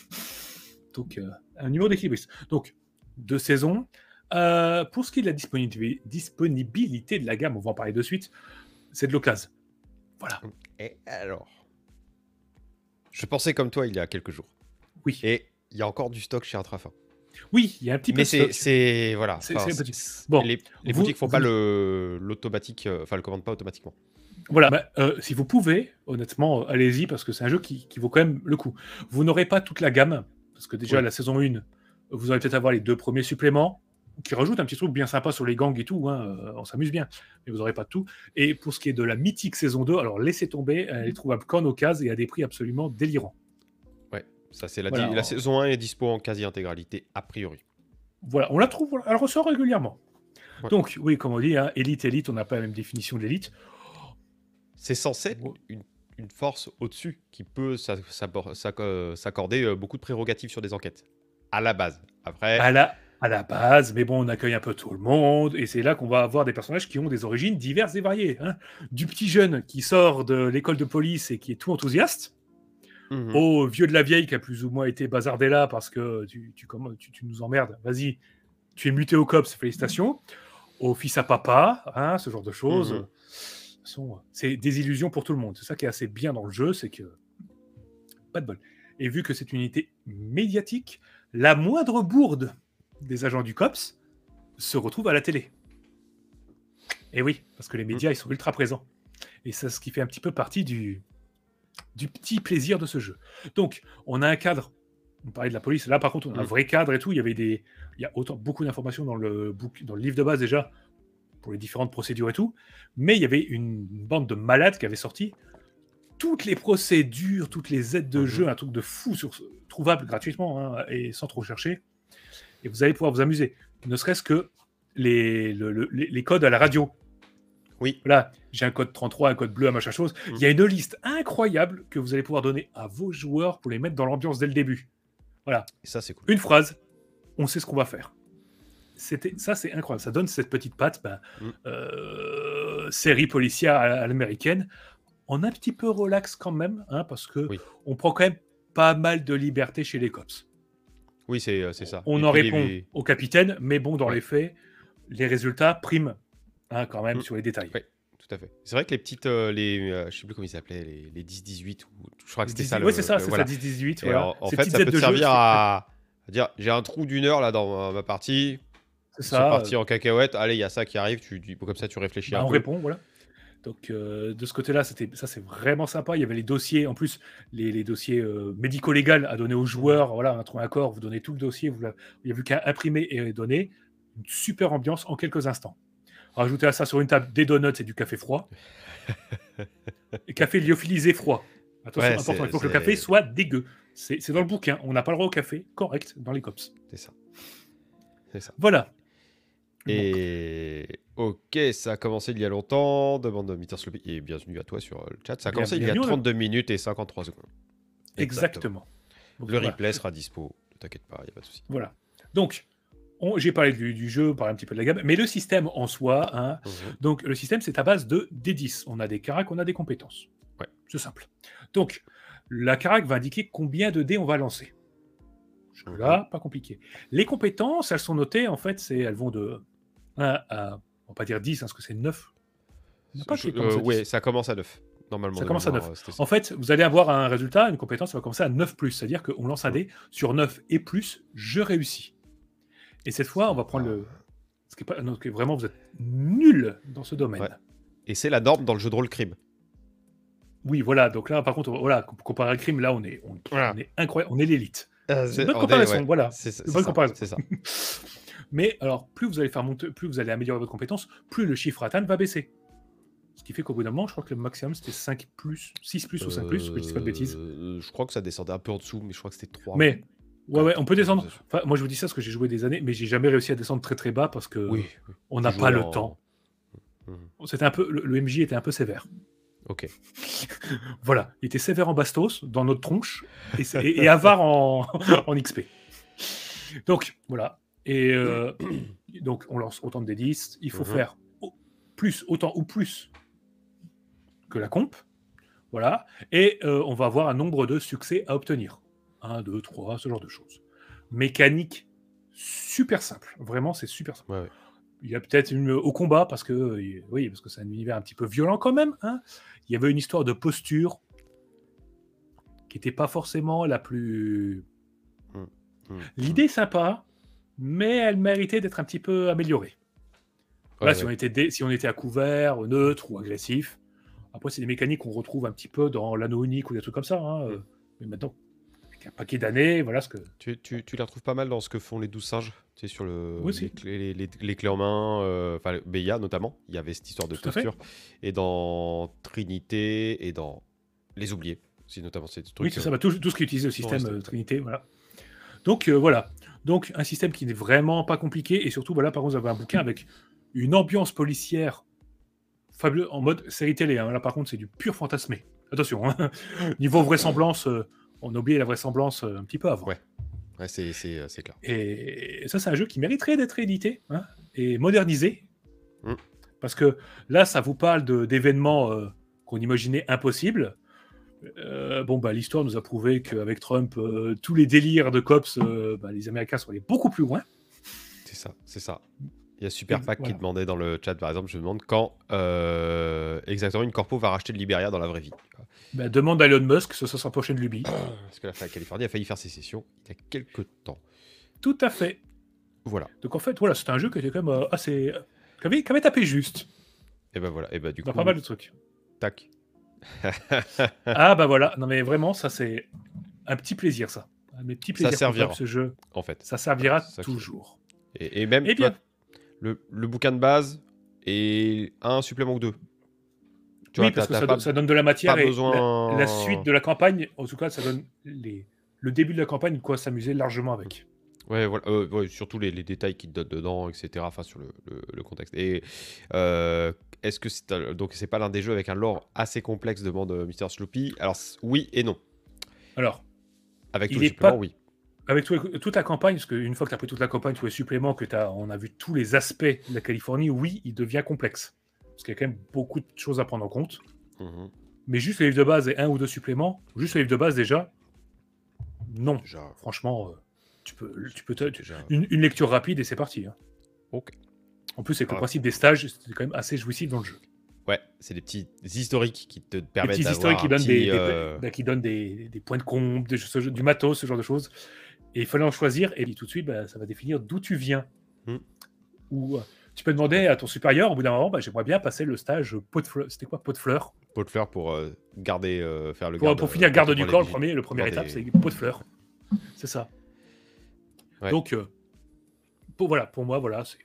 B: Donc, un niveau d'équilibriste. Donc, 2 saisons. Pour ce qui est de la disponibilité de la gamme, on va en parler de suite, c'est de l'occasion. Voilà.
A: Et alors, je pensais comme toi il y a quelques jours.
B: Oui.
A: Et il y a encore du stock chez Intrafin.
B: Oui, il y a un petit peu de stock.
A: Mais c'est voilà.
B: Bon,
A: les boutiques font pas l'automatique, enfin, le commandent pas automatiquement.
B: Voilà, si vous pouvez, honnêtement, allez-y, parce que c'est un jeu qui vaut quand même le coup. Vous n'aurez pas toute la gamme, parce que déjà, la saison 1, vous allez peut-être avoir les 2 premiers suppléments, qui rajoutent un petit truc bien sympa sur les gangs et tout, on s'amuse bien, mais vous n'aurez pas tout. Et pour ce qui est de la mythique saison 2, alors laissez tomber, elle est trouvable qu'en occasion et à des prix absolument délirants.
A: Ouais, ça c'est la saison 1 est dispo en quasi-intégralité, a priori.
B: Voilà, on la trouve, elle ressort régulièrement.
A: Ouais.
B: Donc, oui, comme on dit, élite, on n'a pas la même définition de l'élite.
A: C'est censé être une force au-dessus qui peut s'accorder beaucoup de prérogatives sur des enquêtes. À la base. Après...
B: À la base, mais bon, on accueille un peu tout le monde, et c'est là qu'on va avoir des personnages qui ont des origines diverses et variées. Du petit jeune qui sort de l'école de police et qui est tout enthousiaste, au vieux de la vieille qui a plus ou moins été bazardé là parce que tu nous emmerdes, vas-y, tu es muté au COPS, félicitations, au fils à papa, ce genre de choses. C'est des illusions pour tout le monde. C'est ça qui est assez bien dans le jeu, c'est que pas de bol. Et vu que c'est une unité médiatique, la moindre bourde des agents du COPS se retrouve à la télé. Et oui, parce que les médias, ils sont ultra présents. Et c'est ce qui fait un petit peu partie du petit plaisir de ce jeu. Donc, on a un cadre. On parlait de la police. Là, par contre, on a un vrai cadre et tout. Il y a beaucoup d'informations dans le livre de base déjà, pour les différentes procédures et tout. Mais il y avait une bande de malades qui avait sorti toutes les procédures, toutes les aides de jeu, un truc de fou, trouvable gratuitement et sans trop chercher. Et vous allez pouvoir vous amuser. Ne serait-ce que les codes à la radio.
A: Oui.
B: Là, j'ai un code 33, un code bleu, un machin chose. Il y a une liste incroyable que vous allez pouvoir donner à vos joueurs pour les mettre dans l'ambiance dès le début. Voilà.
A: Et ça, c'est cool.
B: Une phrase, on sait ce qu'on va faire. Ça, c'est incroyable. Ça donne cette petite patte, série policière à l'américaine. On a un petit peu relax quand même, parce que on prend quand même pas mal de liberté chez les cops.
A: Oui, c'est ça.
B: On en répond au capitaine, mais bon, dans les faits, les résultats priment quand même sur les détails.
A: Oui, tout à fait. C'est vrai que les petites, je sais plus comment ils s'appelaient, les 10-18, je crois que c'était ça.
B: Oui, c'est ça, c'est ça, 10-18. Voilà.
A: En fait, ça peut te servir à dire, j'ai un trou d'1 heure là dans ma partie. C'est parti en cacahuète. Allez, il y a ça qui arrive. Comme ça, tu réfléchis un peu.
B: On répond, voilà. Donc, de ce côté-là, c'est vraiment sympa. Il y avait les dossiers, en plus, les dossiers médico-légaux à donner aux joueurs. Voilà, on a trouvé un corps, vous donnez tout le dossier. Il n'y a plus qu'à imprimer et donner. Une super ambiance en quelques instants. Rajoutez à ça sur une table des donuts et du café froid. Et café lyophilisé froid. Attention, important, il faut que le café soit dégueu. C'est dans le bouquin. On n'a pas le droit au café correct dans les cops.
A: C'est ça.
B: Voilà.
A: Et ok, ça a commencé il y a longtemps. Demande de Mitter Sloppy. Et bienvenue à toi sur le chat. Ça a commencé il y a 32 minutes et 53 secondes.
B: Exactement.
A: Le replay sera dispo. Ne t'inquiète pas, il n'y a pas de souci.
B: Voilà. Donc, J'ai parlé du jeu, parlé un petit peu de la gamme, mais le système en soi, hein,
A: Mhm.
B: donc le système, c'est à base de D10. On a des caracs, on a des compétences.
A: Ouais.
B: C'est simple. Donc, la carac va indiquer combien de dés on va lancer. Jusque-là, pas compliqué. Les compétences, elles sont notées, en fait, elles vont de 1 à, on va pas dire 10, hein, parce que c'est 9. Il n'y a pas qui commence à 10.
A: Ouais, ça commence à 9. Normalement,
B: Ça
A: de
B: commence à
A: mémoire,
B: 9.
A: c'était ça.
B: En fait, vous allez avoir un résultat, une compétence, ça va commencer à 9+. C'est-à-dire qu'on lance un dé sur 9 et plus, je réussis. Et cette fois, on va prendre le. Ce qui est pas... non, ce qui est vraiment, vous êtes nul dans ce domaine.
A: Ouais. Et c'est la norme dans le jeu de rôle crime.
B: Oui, voilà. Donc là, par contre, voilà, comparé à Crime, là, on est incroyable. On est l'élite. C'est une bonne comparaison, voilà.
A: C'est
B: Une bonne comparaison.
A: C'est ça.
B: Mais alors, plus vous allez faire monter, plus vous allez améliorer votre compétence, plus le chiffre atteint va baisser. Ce qui fait qu'au bout d'un moment, je crois que le maximum c'était 5+, 6+, ou 5+, que je dis pas de bêtises.
A: Je crois que ça descendait un peu en dessous, mais je crois que c'était 3.
B: Mais, ouais, on peut descendre. Enfin, moi je vous dis ça parce que j'ai joué des années, mais j'ai jamais réussi à descendre très très bas parce que on n'a pas le temps. C'était un peu, le MJ était un peu sévère.
A: Ok.
B: Voilà, il était sévère en bastos, dans notre tronche, et avare en XP. Donc, voilà. Et donc, on lance autant de D10. Il faut faire autant ou plus que la comp. Voilà. Et on va avoir un nombre de succès à obtenir. 1, 2, 3, ce genre de choses. Mécanique super simple. Vraiment, c'est super simple.
A: Ouais.
B: Il y a peut-être au combat, parce que c'est un univers un petit peu violent quand même. Hein. Il y avait une histoire de posture qui n'était pas forcément la plus... L'idée est sympa, mais elle méritait d'être un petit peu améliorée. Là, si on était à couvert, neutre ou agressif, après, c'est des mécaniques qu'on retrouve un petit peu dans l'anneau unique ou des trucs comme ça. Hein. Mais maintenant, avec un paquet d'années, voilà ce que...
A: Tu les retrouves pas mal dans ce que font les 12 singes, tu sais, sur les clés en main, enfin, Beia notamment, il y avait cette histoire de posture. Et dans Trinité et dans Les Oubliés, c'est notamment ces trucs.
B: Oui, c'est ça, tout ce qui utilise le système Trinité, voilà. Donc, voilà. Donc, un système qui n'est vraiment pas compliqué. Et surtout, voilà, par contre, vous avez un bouquin avec une ambiance policière fabuleux en mode série télé. Hein. Là, par contre, c'est du pur fantasmé. Attention, hein. Niveau vraisemblance, on a oublié la vraisemblance un petit peu avant.
A: Ouais, c'est clair.
B: Et ça, c'est un jeu qui mériterait d'être réédité et modernisé. Parce que là, ça vous parle d'événements qu'on imaginait impossibles. L'histoire nous a prouvé qu'avec Trump, tous les délires de cops, les Américains sont allés beaucoup plus loin.
A: C'est ça. Il y a Superpack qui demandait dans le chat, par exemple, je me demande quand exactement une corpo va racheter le Liberia dans la vraie vie.
B: Demande à Elon Musk, ce sera sa prochaine lubie.
A: Parce que la Californie a failli faire sécession il y a quelques temps.
B: Tout à fait.
A: Voilà.
B: Donc en fait, voilà, c'était un jeu qui était quand même assez... qui avait tapé juste.
A: Et ben voilà, et ben du coup...
B: pas mal de trucs.
A: Tac.
B: Voilà. Non mais vraiment, ça c'est un petit plaisir, ça. Un petit plaisir
A: ça servira,
B: ce jeu.
A: En fait.
B: Ça servira toujours.
A: Et même, le bouquin de base et un supplément ou deux.
B: Parce que ça donne de la matière et la suite de la campagne, en tout cas, ça donne le début de la campagne, quoi, s'amuser largement avec.
A: Ouais, voilà, surtout les détails qu'ils te donnent dedans, etc. Enfin, sur le contexte. Et est-ce que c'est pas l'un des jeux avec un lore assez complexe, demande Mr. Sloopy. Alors, oui et non.
B: Alors,
A: avec tous les suppléments, oui.
B: Avec toute la campagne, parce qu'une fois que tu as pris toute la campagne, tous les suppléments, on a vu tous les aspects de la Californie, oui, il devient complexe. Parce qu'il y a quand même beaucoup de choses à prendre en compte. Mais juste le livre de base et 1 ou 2 suppléments, juste le livre de base déjà, non. Déjà. Franchement, tu peux une lecture rapide et c'est parti. Hein.
A: Ok.
B: En plus, c'est que le principe des stages, c'est quand même assez jouissif dans le jeu.
A: Ouais, c'est des petits historiques qui te permettent
B: d'avoir... Des petits historiques qui donnent des points de compte, du matos, ce genre de choses. Et il fallait en choisir, et tout de suite, ça va définir d'où tu viens. Ou tu peux demander à ton supérieur, au bout d'un moment, j'aimerais bien passer le stage pot de fleurs. C'était quoi, pot de fleurs?
A: Pot de fleurs pour garder, faire le
B: garde. Pour finir garde du corps, le première étape, c'est pot de fleurs. C'est ça. Ouais. Donc, pour moi, voilà, c'est...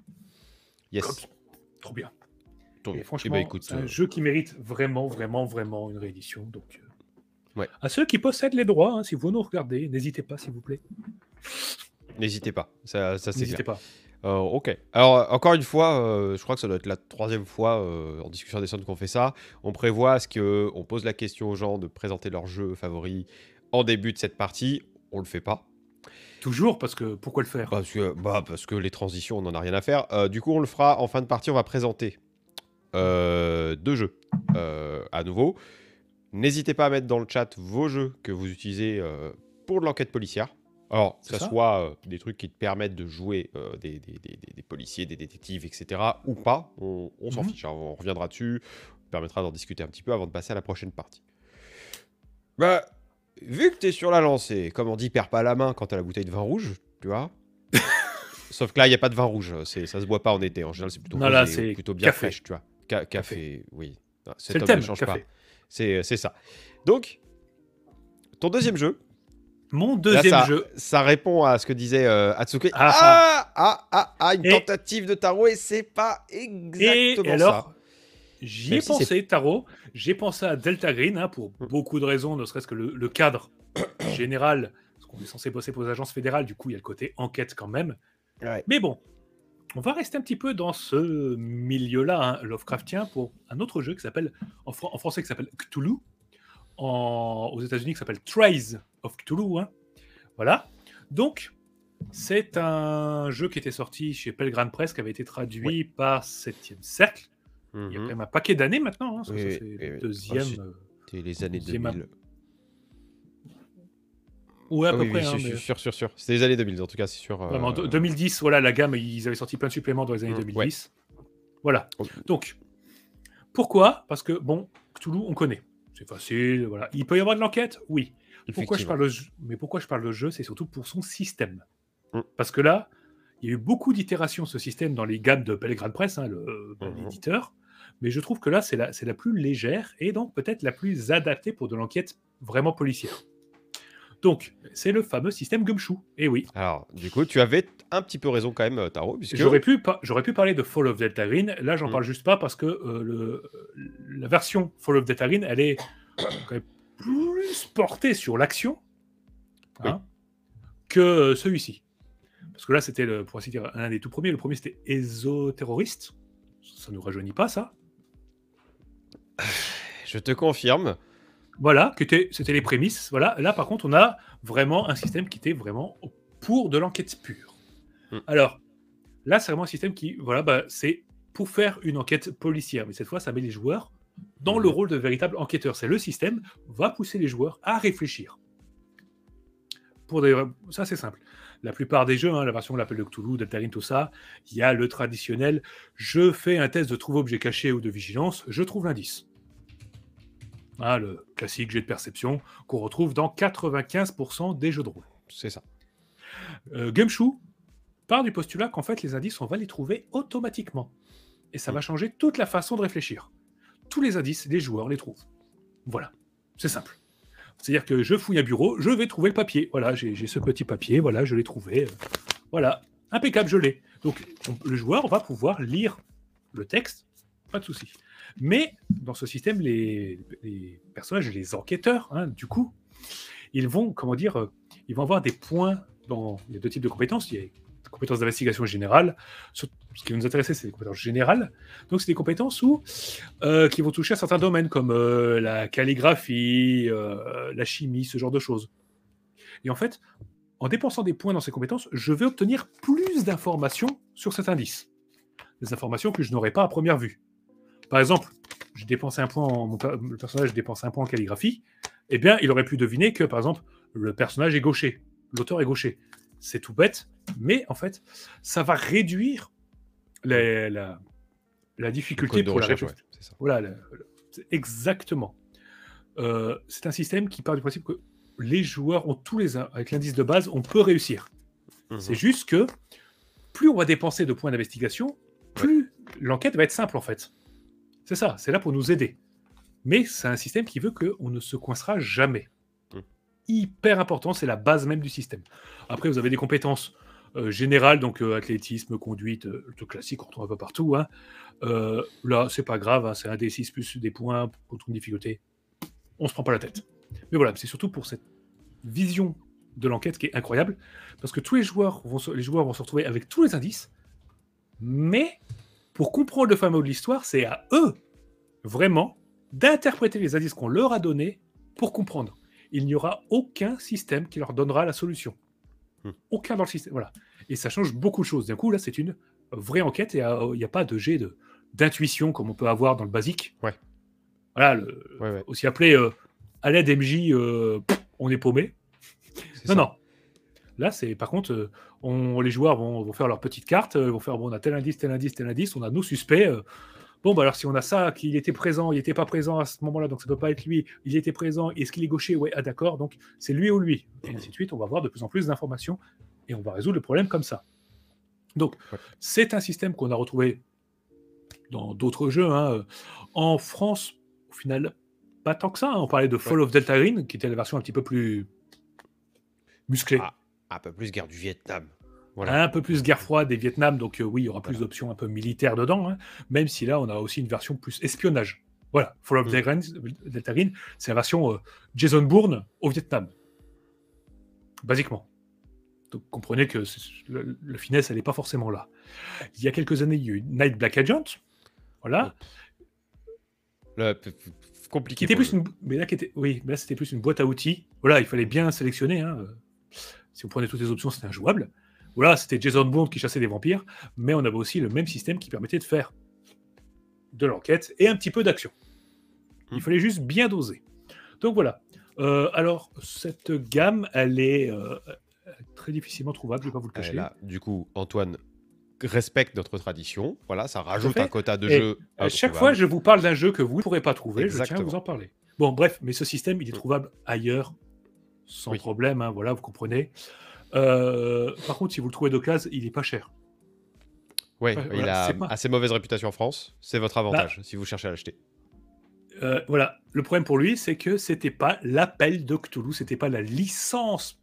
A: Yes.
B: Trop bien. Et
A: Et
B: franchement, c'est un jeu qui mérite vraiment, vraiment, vraiment une réédition. Donc, à ceux qui possèdent les droits, si vous nous regardez, n'hésitez pas, s'il vous plaît.
A: N'hésitez pas, ça c'est
B: N'hésitez pas.
A: Ok. Alors, encore une fois, je crois que ça doit être la 3e fois en discussion des sondes qu'on fait ça. On prévoit à ce qu'on pose la question aux gens de présenter leur jeu favori en début de cette partie. On le fait pas.
B: Toujours, parce que pourquoi le faire?
A: Parce que les transitions, on n'en a rien à faire. Du coup, on le fera en fin de partie, on va présenter 2 jeux. À nouveau, n'hésitez pas à mettre dans le chat vos jeux que vous utilisez pour de l'enquête policière. Alors, que
B: C'est
A: ça
B: ça?
A: soit des trucs qui te permettent de jouer des policiers, des détectives, etc. ou pas, on s'en
B: Mhm.
A: fiche, hein, on reviendra dessus, on permettra d'en discuter un petit peu avant de passer à la prochaine partie. Bah, vu que t'es sur la lancée, comme on dit, perds pas la main quand t'as la bouteille de vin rouge, tu vois. Sauf que là, il n'y a pas de vin rouge, ça se boit pas en été, en général c'est plutôt
B: Non, là,
A: rosé, ou
B: c'est
A: plutôt bien
B: café.
A: fraîche, tu vois.
B: Café.
A: Café, oui. Ah,
B: C'est
A: cet
B: le
A: homme ne
B: thème,
A: change pas.
B: café.
A: C'est ça. Donc, ton deuxième jeu,
B: Mon
A: là,
B: deuxième jeu.
A: ça répond à ce que disait Atsuki.
B: Ah
A: Une
B: Et,
A: tentative de tarot, et c'est pas
B: et
A: exactement ça.
B: alors, j'y
A: Même
B: ai
A: si c'est...
B: pensé, Taro. J'ai pensé à Delta Green, hein, pour beaucoup de raisons, ne serait-ce que le cadre général, parce qu'on est censé bosser pour les agences fédérales, du coup, il y a le côté enquête quand même.
A: Ouais.
B: Mais bon, on va rester un petit peu dans ce milieu-là, hein, Lovecraftien, pour un autre jeu qui s'appelle, en français, qui s'appelle Cthulhu, aux États-Unis, qui s'appelle Trials of Cthulhu. Hein. Voilà. Donc, c'est un jeu qui était sorti chez Pelgrane Press, qui avait été traduit par 7e Cercle. Il y a quand même un paquet d'années maintenant, hein, parce que ça, c'est le deuxième.
A: C'était les années
B: deuxième
A: 2000.
B: Ouais, à peu
A: oui,
B: près.
A: Oui,
B: hein,
A: je suis sûr. C'était les années 2000, en tout cas, c'est sûr.
B: Vraiment, 2010, voilà, la gamme, ils avaient sorti plein de suppléments dans les années 2010. Ouais. Voilà. Donc, pourquoi? Parce que, bon, Cthulhu, on connaît. C'est facile, voilà. Il peut y avoir de l'enquête? Oui. Pourquoi je parle de jeu? C'est surtout pour son système. Parce que là, il y a eu beaucoup d'itérations de ce système dans les gammes de Pelgrane Press, hein, l'éditeur. Mais je trouve que là, c'est la plus légère et donc peut-être la plus adaptée pour de l'enquête vraiment policière. Donc, c'est le fameux système Gumshoe. Et oui.
A: Alors, du coup, tu avais un petit peu raison quand même, Taro, puisque...
B: J'aurais pu parler de Fall of Delta Green. Là, j'en parle juste pas parce que la version Fall of Delta Green, elle est quand même plus portée sur l'action que celui-ci. Parce que là, c'était, pour ainsi dire, un des tout premiers. Le premier, c'était Exoterroriste. Ça ne nous rajeunit pas, ça.
A: Je te confirme.
B: Voilà, c'était les prémices. Voilà. Là, par contre, on a vraiment un système qui était vraiment pour de l'enquête pure. Alors, là, c'est vraiment un système qui, voilà, c'est pour faire une enquête policière. Mais cette fois, ça met les joueurs dans le rôle de véritables enquêteurs. C'est le système va pousser les joueurs à réfléchir. Ça, c'est simple. La plupart des jeux, hein, la version de l'appel de Cthulhu, Deltarune, tout ça, il y a le traditionnel « je fais un test de trouver objet caché ou de vigilance, je trouve l'indice ». Hein, le classique jet de perception qu'on retrouve dans 95% des jeux de rôle.
A: C'est ça.
B: Gumshoe part du postulat qu'en fait, les indices, on va les trouver automatiquement. Et ça va changer toute la façon de réfléchir. Tous les indices, les joueurs les trouvent. Voilà. C'est simple. C'est-à-dire que je fouille un bureau, je vais trouver le papier. Voilà, j'ai ce petit papier, voilà, je l'ai trouvé. Voilà, impeccable, je l'ai. Donc, le joueur va pouvoir lire le texte, pas de souci. Mais, dans ce système, les personnages, les enquêteurs, hein, du coup, ils vont, ils vont avoir des points dans... Il y a deux types de compétences. Il y a des compétences d'investigation générale. Ce qui va nous intéresser, c'est les compétences générales. Donc, c'est des compétences qui vont toucher à certains domaines, comme la calligraphie, la chimie, ce genre de choses. Et en fait, en dépensant des points dans ces compétences, je vais obtenir plus d'informations sur cet indice. Des informations que je n'aurais pas à première vue. Par exemple, j'ai dépensé un point le personnage dépense un point en calligraphie, eh bien, il aurait pu deviner que, par exemple, le personnage est gaucher, l'auteur est gaucher. C'est tout bête, mais en fait, ça va réduire la difficulté pour la réflexion.
A: Ouais, c'est ça.
B: Voilà, exactement. C'est un système qui part du principe que les joueurs ont avec l'indice de base, on peut réussir. C'est juste que plus on va dépenser de points d'investigation, plus l'enquête va être simple en fait. C'est ça, c'est là pour nous aider. Mais c'est un système qui veut qu'on ne se coincera jamais. Hyper important, c'est la base même du système. Après, vous avez des compétences générales, donc athlétisme, conduite, le classique, on retrouve un peu partout. Hein. Là, c'est pas grave, hein, c'est un D6 plus des points contre une difficulté. On se prend pas la tête. Mais voilà, c'est surtout pour cette vision de l'enquête qui est incroyable, parce que tous les joueurs vont se retrouver avec tous les indices, mais pour comprendre le fin mot de l'histoire, c'est à eux, vraiment, d'interpréter les indices qu'on leur a donnés pour comprendre. Il n'y aura aucun système qui leur donnera la solution. aucun dans le système. Voilà. Et ça change beaucoup de choses. D'un coup, là, c'est une vraie enquête et il n'y a pas de jet d'intuition comme on peut avoir dans le basique.
A: Ouais.
B: Voilà,
A: Ouais.
B: aussi appelé à l'aide MJ, on est paumé. Non. Là, c'est par contre, les joueurs vont faire leur petite carte, vont faire bon, on a tel indice, tel indice, tel indice, on a nos suspects. Bon, bah alors si on a ça, qu'il était présent, il n'était pas présent à ce moment-là, donc ça ne peut pas être lui. Il était présent, est-ce qu'il est gaucher? Ouais, ah d'accord, donc c'est lui ou lui. Et ainsi de suite, on va avoir de plus en plus d'informations et on va résoudre le problème comme ça. Donc, c'est un système qu'on a retrouvé dans d'autres jeux. Hein. En France, au final, pas tant que ça. Hein. On parlait de Fall of Delta Green, qui était la version un petit peu plus musclée.
A: Un peu plus guerre du Vietnam.
B: Voilà. Un peu plus guerre froide et Vietnam, donc oui, il y aura plus d'options un peu militaires dedans, hein, même si là, on a aussi une version plus espionnage. Voilà, Fall of Delta Green, c'est la version Jason Bourne au Vietnam, basiquement. Donc comprenez que le finesse, elle n'est pas forcément là. Il y a quelques années, il y a eu Night Black Agent, voilà.
A: Là, compliqué.
B: Qui était plus mais là, c'était plus une boîte à outils. Voilà, il fallait bien sélectionner. Hein. Si vous prenez toutes les options, c'était injouable. Voilà, c'était Jason Bourne qui chassait des vampires, mais on avait aussi le même système qui permettait de faire de l'enquête et un petit peu d'action. Il fallait juste bien doser. Donc voilà. Alors, cette gamme, elle est très difficilement trouvable, je ne vais pas vous le cacher.
A: Là, du coup, Antoine respecte notre tradition. Voilà, ça rajoute un quota de jeu.
B: À chaque fois, je vous parle d'un jeu que vous ne pourrez pas trouver.
A: Exactement.
B: Je tiens à vous en parler. Bon, bref, mais ce système, il est trouvable ailleurs, sans problème. Hein, voilà, vous comprenez. Par contre, si vous le trouvez d'occasion, il n'est pas cher.
A: Oui, il a assez mauvaise réputation en France. C'est votre avantage si vous cherchez à l'acheter.
B: Voilà, le problème pour lui, c'est que c'était pas l'appel de Cthulhu, c'était pas la licence,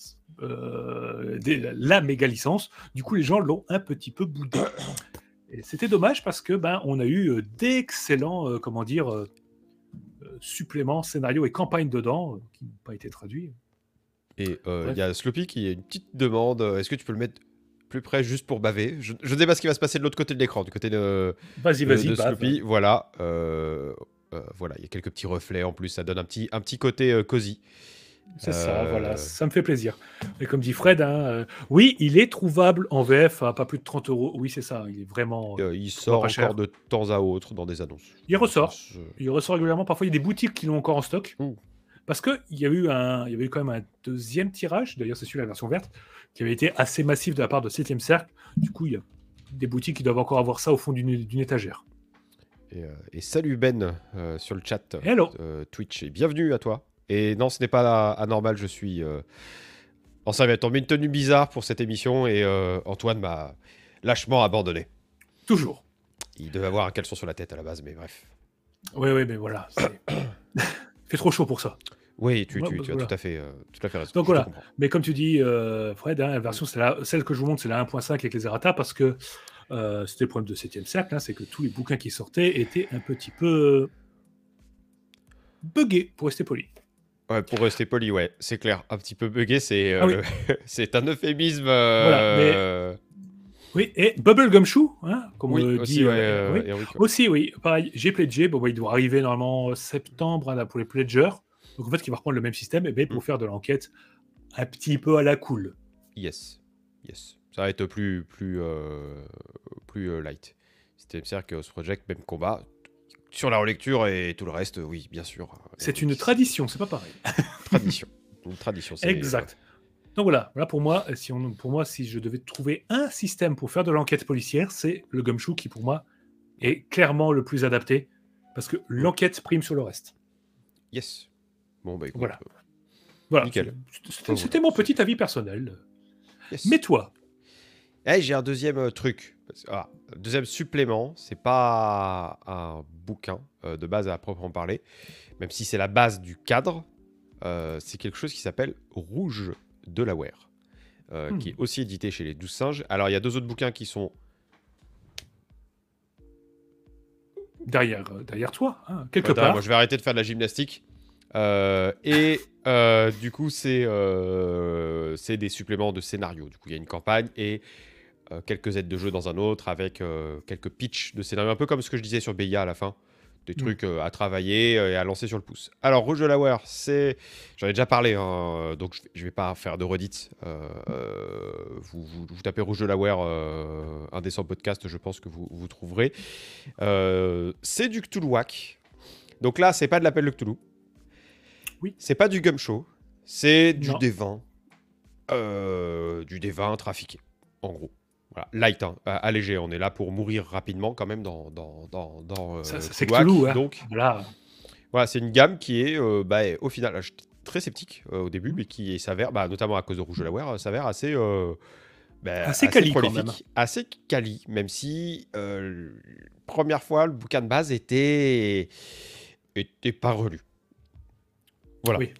B: la méga licence. Du coup, les gens l'ont un petit peu boudé. Et c'était dommage parce que on a eu d'excellents, suppléments, scénarios et campagnes dedans qui n'ont pas été traduits.
A: Et il y a Sloppy qui a une petite demande. Est-ce que tu peux le mettre plus près juste pour baver? Je ne sais pas ce qui va se passer de l'autre côté de l'écran, du côté de Sloppy. Voilà. Voilà, il y a quelques petits reflets en plus. Ça donne un petit côté cosy.
B: C'est ça, voilà, ça me fait plaisir. Et comme dit Fred, oui, il est trouvable en VF à pas plus de 30 €. Oui, c'est ça, il est vraiment.
A: Il sort encore de temps à autre dans des annonces.
B: Il ressort régulièrement. Parfois, il y a des boutiques qui l'ont encore en stock. Parce qu'il y avait eu quand même un deuxième tirage, d'ailleurs, c'est celui-là, la version verte, qui avait été assez massif de la part de 7ème Cercle. Du coup, il y a des boutiques qui doivent encore avoir ça au fond d'une étagère.
A: Et salut Ben sur le chat Twitch, et bienvenue à toi. Et non, ce n'est pas anormal, je suis en serviette. On met une tenue bizarre pour cette émission et Antoine m'a lâchement abandonné.
B: Toujours.
A: Il devait avoir un caleçon sur la tête à la base, mais bref.
B: Oui, mais voilà. Il fait trop chaud pour ça.
A: Oui, tu as tout à fait raison.
B: Donc voilà, mais comme tu dis, Fred, la version, celle que je vous montre, c'est la 1.5 avec les errata, parce que c'était le problème de 7ème Cercle, c'est que tous les bouquins qui sortaient étaient un petit peu buggés, pour rester poli.
A: Ouais, pour rester poli, ouais, c'est clair. Un petit peu buggé, c'est c'est un euphémisme.
B: Voilà, oui, et Bubblegum Shoe, comme on dit. Aussi, oui. Pareil, j'ai pledgé. Il doit arriver normalement septembre pour les pledgers. Donc en fait, il va reprendre le même système pour faire de l'enquête un petit peu à la cool.
A: Yes. Ça va être plus light. C'est-à-dire que ce project, même combat, sur la relecture et tout le reste, oui, bien sûr.
B: C'est une tradition, c'est pas pareil.
A: Une tradition.
B: Exact. Donc voilà, pour moi, si je devais trouver un système pour faire de l'enquête policière, c'est le Gumshoe qui, pour moi, est clairement le plus adapté, parce que l'enquête prime sur le reste.
A: Yes. Bon, bah écoute.
B: Voilà.
A: Nickel.
B: C'était mon petit avis personnel.
A: Yes.
B: Mais toi?
A: J'ai un deuxième truc. Deuxième supplément, c'est pas un bouquin de base à proprement parler, même si c'est la base du cadre. C'est quelque chose qui s'appelle Rouge Delaware, qui est aussi édité chez les 12 Singes. Alors, il y a 2 autres bouquins qui sont
B: derrière toi, quelque part.
A: Moi, je vais arrêter de faire de la gymnastique. Du coup, c'est des suppléments de scénario. Du coup, il y a une campagne et quelques aides de jeu dans un autre, avec quelques pitchs de scénario, un peu comme ce que je disais sur BIA à la fin. des trucs à travailler et à lancer sur le pouce. Alors, Rouge de la Wear, j'en ai déjà parlé, hein, donc je vais pas faire de redite. Vous tapez Rouge de la Wear, un des 100 podcasts, je pense que vous trouverez. C'est du Cthulhuac. Donc là, c'est pas de l'appel de Cthulhu.
B: Oui.
A: C'est pas du Gumshoe. C'est du
B: Non.
A: D20. Du D20 trafiqué, en gros. Voilà. Light, hein, allégé. On est là pour mourir rapidement quand même dans
B: Ça, c'est
A: Cthulhuac.
B: Cthulhu, hein.
A: Donc,
B: Là,
A: voilà, c'est une gamme qui est, au final, j'étais très sceptique au début, mais qui s'avère, notamment à cause de Rouge de la Wear, s'avère assez,
B: assez quali quand
A: prolifique,
B: même.
A: assez quali, même si première fois, le bouquin de base était pas relu. Voilà,
B: Oui.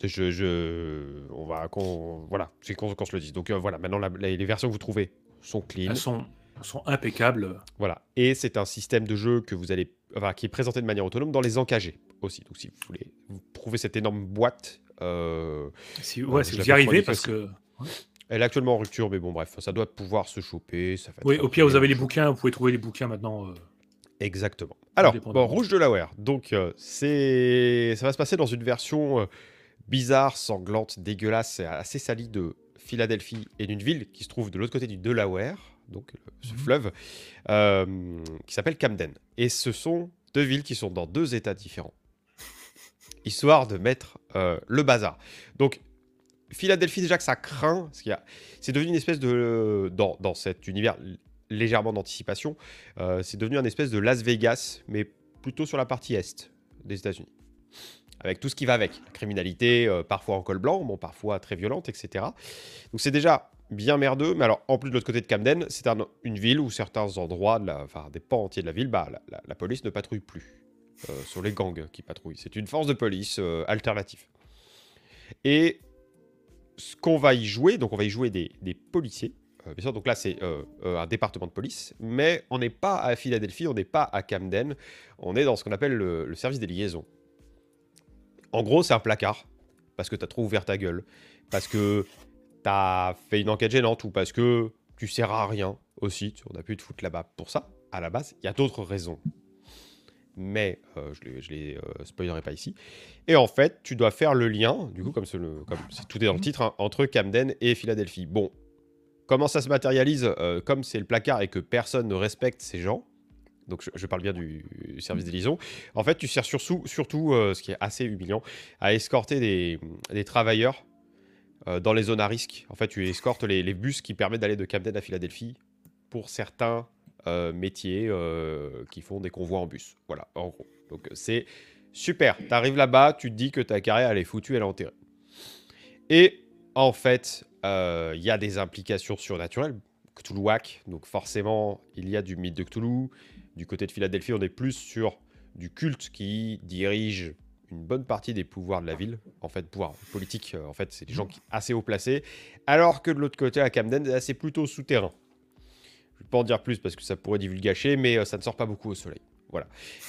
A: voilà, c'est qu'on se le dise. Donc voilà, maintenant les versions que vous trouvez sont clean.
B: Elles sont impeccables.
A: Voilà, et c'est un système de jeu que qui est présenté de manière autonome dans les encagés aussi. Donc si vous voulez, vous trouvez cette énorme boîte.
B: Si
A: je
B: vous y
A: l'avais
B: arrivez,
A: produit
B: parce
A: aussi.
B: que.
A: Elle est actuellement en rupture, mais bon, bref, ça doit pouvoir se choper. Ça va
B: Oui,
A: être
B: au pire, vous avez les
A: mélange.
B: bouquins, vous pouvez trouver les bouquins maintenant.
A: Exactement. Alors,
B: Indépendamment.
A: Rouge de la Wear. Donc, ça va se passer dans une version bizarre, sanglante, dégueulasse, et assez salie de Philadelphie et d'une ville qui se trouve de l'autre côté du Delaware, donc ce fleuve, qui s'appelle Camden. Et ce sont deux villes qui sont dans deux états différents, histoire de mettre le bazar. Donc, Philadelphie, déjà que ça craint, parce c'est devenu une espèce de... Dans cet univers légèrement d'anticipation, c'est devenu un espèce de Las Vegas, mais plutôt sur la partie est des États-Unis. Avec tout ce qui va avec. La criminalité, parfois en col blanc, bon, parfois très violente, etc. Donc c'est déjà bien merdeux, mais alors en plus de l'autre côté de Camden, c'est une ville où certains endroits, des pans entiers de la ville, la police ne patrouille plus. Sur les gangs qui patrouillent. C'est une force de police alternative. Et ce qu'on va y jouer, donc on va y jouer des policiers, bien sûr, donc là c'est un département de police, mais on n'est pas à Philadelphie, on n'est pas à Camden, on est dans ce qu'on appelle le service des liaisons. En gros, c'est un placard, parce que t'as trop ouvert ta gueule, parce que t'as fait une enquête gênante, ou parce que tu sers à rien aussi, on a pu te foutre là-bas pour ça, à la base, il y a d'autres raisons. Mais je les spoilerai pas ici. Et en fait, tu dois faire le lien, du coup, comme tout est dans le titre, hein, entre Camden et Philadelphie. Bon, comment ça se matérialise comme c'est le placard et que personne ne respecte ces gens, donc je parle bien du service des liaisons, en fait, tu sers surtout ce qui est assez humiliant, à escorter des travailleurs dans les zones à risque. En fait, tu escortes les bus qui permettent d'aller de Camden à Philadelphie pour certains métiers qui font des convois en bus. Voilà, en gros. Donc c'est super. Tu arrives là-bas, tu te dis que ta carrière, elle est foutue, elle est enterrée. Et en fait, il y a des implications surnaturelles. Cthulhuac, donc forcément, il y a du mythe de Cthulhu. Du côté de Philadelphie, on est plus sur du culte qui dirige une bonne partie des pouvoirs de la ville. En fait, pouvoir politique, en fait, c'est des gens assez haut placés. Alors que de l'autre côté, à Camden, c'est plutôt souterrain. Je ne vais pas en dire plus parce que ça pourrait divulgacher, mais ça ne sort pas beaucoup au soleil. Voilà.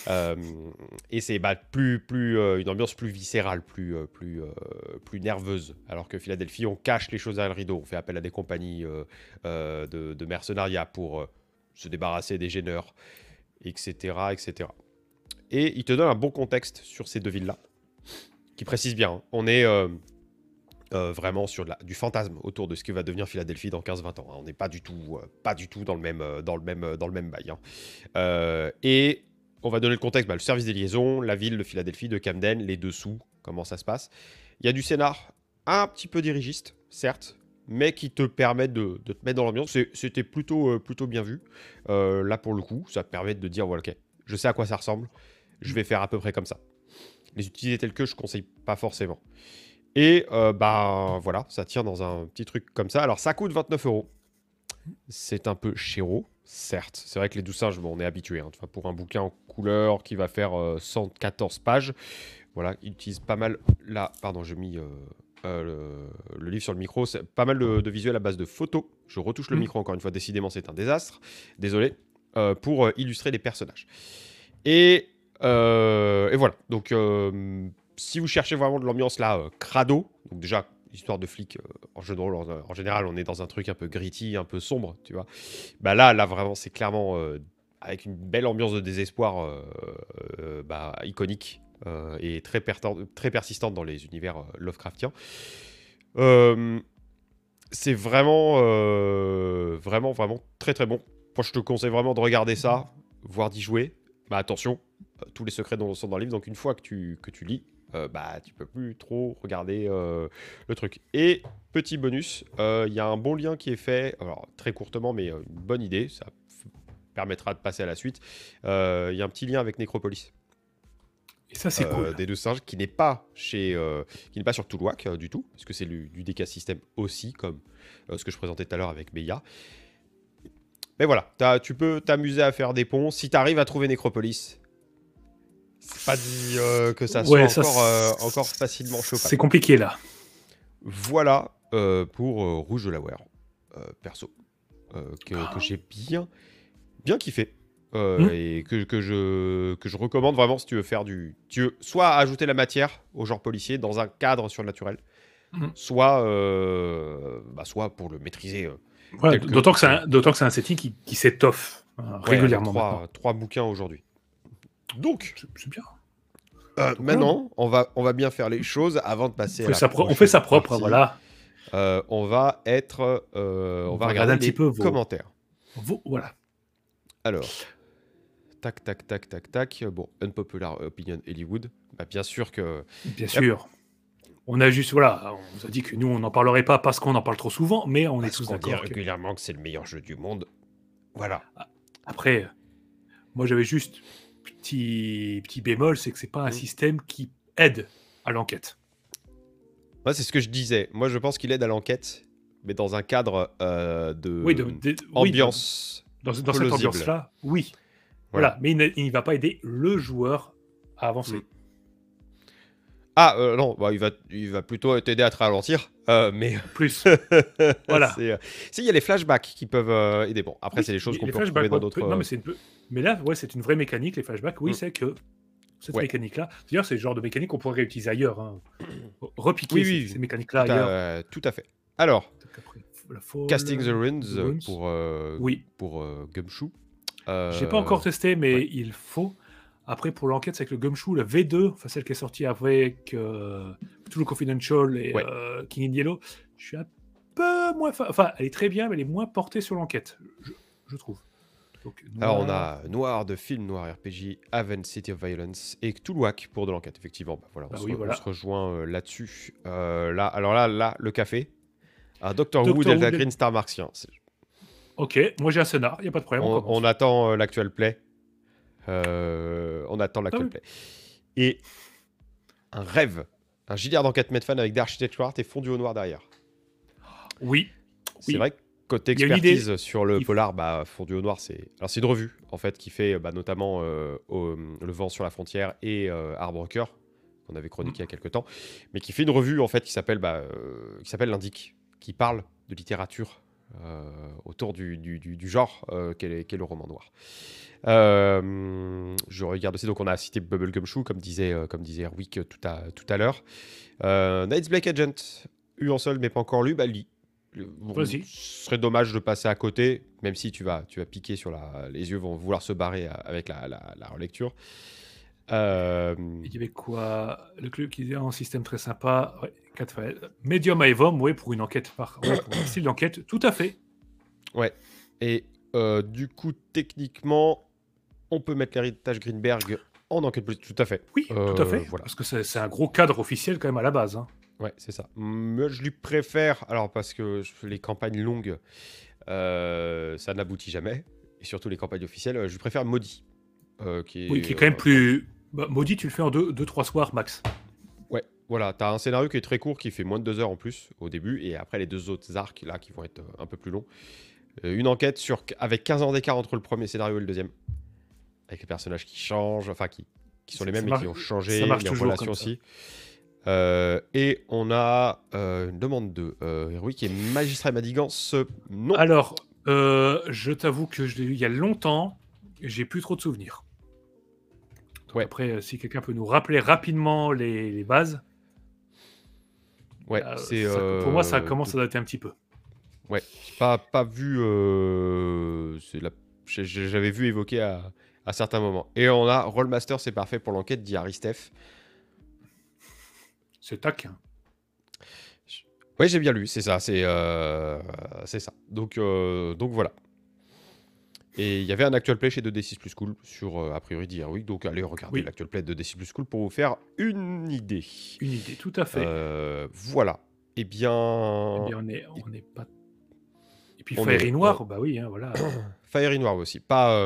A: Et c'est une ambiance plus viscérale, plus nerveuse. Alors que Philadelphie, on cache les choses derrière le rideau. On fait appel à des compagnies de mercenariat pour se débarrasser des gêneurs, etc., etc. Et il te donne un bon contexte sur ces deux villes-là, qui précise bien. Hein. On est vraiment sur du fantasme autour de ce que va devenir Philadelphie dans 15-20 ans. Hein. On n'est pas du tout dans le même bail. Hein. Et on va donner le contexte, le service des liaisons, la ville de Philadelphie, de Camden, les dessous, comment ça se passe. Il y a du scénar un petit peu dirigiste, certes, mais qui te permet de te mettre dans l'ambiance. C'était plutôt bien vu. Là, pour le coup, ça te permet de dire, voilà, ok, je sais à quoi ça ressemble, je vais faire à peu près comme ça. Les utiliser tels que je conseille pas forcément. Et voilà, ça tient dans un petit truc comme ça. Alors, ça coûte 29 €. C'est un peu chéro, certes. C'est vrai que les 12 singes, on est habitué. Hein. Enfin, pour un bouquin en couleur qui va faire 114 pages, voilà, il utilise pas mal... Là, pardon, j'ai mis le livre sur le micro. C'est pas mal de visuels à base de photos. Je retouche le micro encore une fois. Décidément, c'est un désastre. Désolé. Pour illustrer les personnages. Et voilà. Donc... si vous cherchez vraiment de l'ambiance là, crado, donc déjà, histoire de flic, en jeu de rôle, en général, on est dans un truc un peu gritty, un peu sombre, tu vois. Bah là vraiment, c'est clairement avec une belle ambiance de désespoir iconique et très persistante dans les univers Lovecraftiens. C'est vraiment très très bon. Moi, je te conseille vraiment de regarder ça, voire d'y jouer. Bah attention, tous les secrets sont dans le livre, donc une fois que tu lis, tu peux plus trop regarder le truc. Et petit bonus, il y a un bon lien qui est fait, alors très courtement, mais une bonne idée, ça permettra de passer à la suite. Il y a un petit lien avec Necropolis.
B: Et ça, c'est cool.
A: Des deux singes qui n'est pas qui n'est pas sur Toulouac du tout, parce que c'est du DK System aussi, comme ce que je présentais tout à l'heure avec Beya. Mais voilà, tu peux t'amuser à faire des ponts. Si tu arrives à trouver Necropolis, c'est pas dit que ça soit encore facilement chauffable.
B: C'est compliqué là.
A: Voilà pour Rouge de la Wear, perso, que j'ai bien kiffé. Et que je recommande vraiment si tu veux faire tu veux soit ajouter la matière au genre policier dans un cadre surnaturel, soit pour le maîtriser.
B: Voilà, d'autant que c'est un setting qui s'étoffe régulièrement.
A: 3 bouquins aujourd'hui. Donc,
B: c'est bien.
A: Maintenant, on va bien faire les choses avant de passer
B: on fait sa propre,
A: partie.
B: Voilà.
A: On va regarder un petit peu vos commentaires.
B: Voilà.
A: Alors, tac. Bon, unpopular opinion Hollywood. Bien sûr que...
B: Bien sûr. On a juste, voilà, on nous a dit que nous, on n'en parlerait pas parce qu'on en parle trop souvent, mais on est tous d'accord.
A: On dit régulièrement que c'est le meilleur jeu du monde. Voilà.
B: Après, moi, j'avais juste petit bémol, c'est que c'est pas un système qui aide à l'enquête.
A: Moi, c'est ce que je disais. Moi, je pense qu'il aide à l'enquête, mais dans un cadre ambiance.
B: Dans cette ambiance-là, oui. Voilà. Mais il ne va pas aider le joueur à avancer.
A: Non, il va plutôt t'aider à te ralentir, mais...
B: Plus. Voilà.
A: Il y a les flashbacks qui peuvent aider. Bon, après, c'est des choses qu'on peut retrouver dans d'autres...
B: Non, mais là, c'est une vraie mécanique, les flashbacks. Oui, c'est que cette mécanique-là... D'ailleurs, c'est le genre de mécanique qu'on pourrait réutiliser ailleurs. Hein. Repiquer ces mécaniques-là ailleurs.
A: Tout à fait. Alors, Casting the Runes pour Gumshoe.
B: J'ai pas encore testé, mais il faut... Après, pour l'enquête, c'est avec le Gumshoe, la V2, enfin celle qui est sortie avec Cthulhu Confidential et King in Yellow, je suis un peu moins... Enfin, elle est très bien, mais elle est moins portée sur l'enquête, je trouve. Donc,
A: alors, on a Noir de Film Noir RPG, Haven City of Violence et Cthulhuac pour de l'enquête, effectivement. On se rejoint là-dessus. Là, le café. Dr. Who, Delta Green, Star Martien.
B: Ok, moi j'ai un scénar, il n'y a pas de problème.
A: On attend l'actual play. On attend l'actuel play. Et un rêve, un gilet d'enquête Medfan avec des architecture art et fondu au noir derrière.
B: Oui.
A: C'est vrai que côté expertise sur le polar, fondu au noir, c'est une revue en fait qui fait notamment Le Vent sur la frontière et Arbreaker qu'on avait chroniqué il y a quelques temps, mais qui fait une revue en fait qui s'appelle l'Indique, qui parle de littérature autour du genre qu'est le roman noir. Je regarde aussi, donc on a cité Bubblegum Shoe comme disait Erwick tout à l'heure. Night's Black Agent, eu en seul mais pas encore lu, lis. Ce serait dommage de passer à côté, même si tu vas piquer sur les yeux vont vouloir se barrer avec la relecture.
B: Il y avait quoi? Le club qui disait un système très sympa. Medium à Evum, pour une enquête pour un style d'enquête, tout à fait.
A: Ouais. Et du coup, techniquement, on peut mettre l'héritage Greenberg en enquête politique. Tout à fait.
B: Oui, tout à fait. Voilà. Parce que c'est un gros cadre officiel quand même à la base. Hein.
A: Ouais, c'est ça. Mais je lui préfère, alors parce que les campagnes longues, ça n'aboutit jamais. Et surtout les campagnes officielles, je lui préfère Maudit. Qui est
B: quand même plus... Maudit, tu le fais en 2-3 soirs max.
A: Ouais, voilà. T'as un scénario qui est très court, qui fait moins de 2 heures en plus au début. Et après, les 2 autres arcs, là, qui vont être un peu plus longs. Une enquête avec 15 ans d'écart entre le premier scénario et le deuxième. Avec les personnages qui changent, enfin qui sont les mêmes mais qui ont changé, les relations aussi. Et on a une demande de Héroïque et Magistrat et Madigance. Non.
B: Alors, je t'avoue que je l'ai lu il y a longtemps. J'ai plus trop de souvenirs. Donc après, si quelqu'un peut nous rappeler rapidement les bases.
A: Ouais,
B: pour moi, ça commence à dater un petit peu.
A: Ouais, j'ai pas vu. C'est j'avais vu évoquer à certains moments. Et on a Rollmaster, c'est parfait pour l'enquête, dit Aristef.
B: C'est taquin.
A: Oui, j'ai bien lu, c'est ça, c'est ça. Donc voilà. Et il y avait un actual play chez 2D6 Plus Cool sur, a priori, d'hier week. Donc allez regarder
B: Oui.
A: l'actual play de 2D6 Plus Cool pour vous faire une idée.
B: Une idée, tout à fait.
A: Voilà. Eh bien,
B: on n'est pas. Et puis
A: on
B: Fairy
A: est-
B: Noir, bah oui, hein, voilà.
A: Fiery Noir aussi.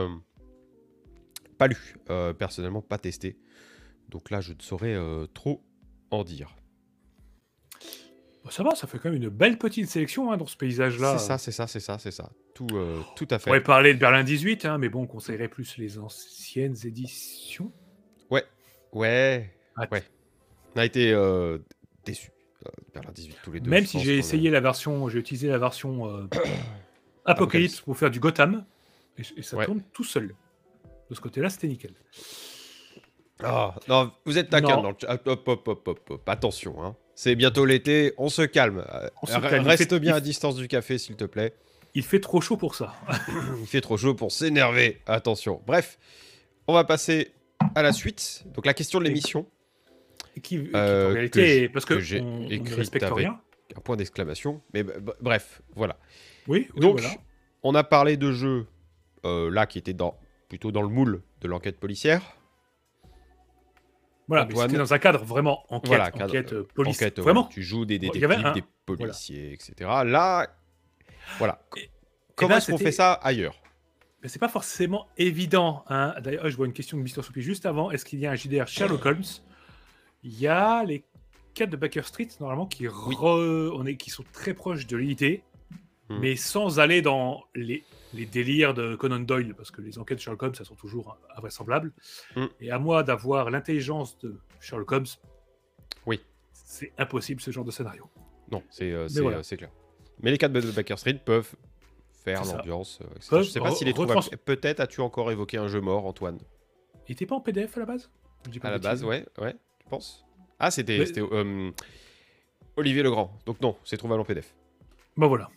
A: Pas lu. Personnellement, pas testé. Donc là, je ne saurais trop en dire.
B: Bon, ça va, ça fait quand même une belle petite sélection, hein, dans ce paysage-là.
A: C'est ça. Tout à
B: On
A: fait.
B: pourrait parler de Berlin 18, hein, mais bon, on conseillerait plus les anciennes éditions.
A: Ouais.
B: Ah,
A: On a été déçus. Berlin 18 tous les deux.
B: Même
A: je
B: si
A: pense
B: j'ai
A: qu'on
B: essayé la version, j'ai utilisé la version Apocalypse pour faire du Gotham, et ça
A: Ouais.
B: tourne tout seul. De ce côté-là, c'était nickel.
A: Ah, non, vous êtes taquin
B: Non.
A: dans le chat. Hop. Attention, hein. C'est bientôt l'été, on se calme.
B: On se calme.
A: Reste bien à distance du café, s'il te plaît.
B: Il fait trop chaud pour ça.
A: Il fait trop chaud pour s'énerver. Attention. Bref, on va passer à la suite. Donc la question de l'émission.
B: Qui en réalité, parce que
A: j'ai
B: on ne
A: écrite
B: respecte
A: avec
B: rien.
A: un point d'exclamation. Mais bref, voilà.
B: Oui,
A: Donc,
B: voilà.
A: on a parlé de jeux là qui étaient plutôt dans le moule de l'enquête policière.
B: Voilà, mais
A: Antoine.
B: c'était dans un cadre vraiment enquête,
A: Voilà,
B: police.
A: enquête,
B: Vraiment.
A: tu joues des
B: Il y avait
A: détectives, des policiers, etc. Là, voilà. Comment est-ce qu'on fait ça ailleurs?
B: Mais c'est pas forcément évident, hein. D'ailleurs, je vois une question de Mister Soupy juste avant. Est-ce qu'il y a un JDR Sherlock Holmes? Il y a les 4 de Baker Street, normalement, qui sont très proches de l'unité, mais sans aller dans les délires de Conan Doyle, parce que les enquêtes de Sherlock Holmes, ça sont toujours invraisemblables. Et à moi d'avoir l'intelligence de Sherlock Holmes, c'est impossible ce genre de scénario.
A: Non, c'est
B: voilà.
A: clair. Mais les 4 de Baker Street peuvent faire l'ambiance, etc. Je sais pas s'il est trouvable. Peut-être as-tu encore évoqué un jeu mort, Antoine?
B: Il était pas en PDF à la base?
A: À la base, ouais, tu penses? Ah, c'était Olivier Legrand. Donc non, c'est trouvable en PDF.
B: Bah voilà.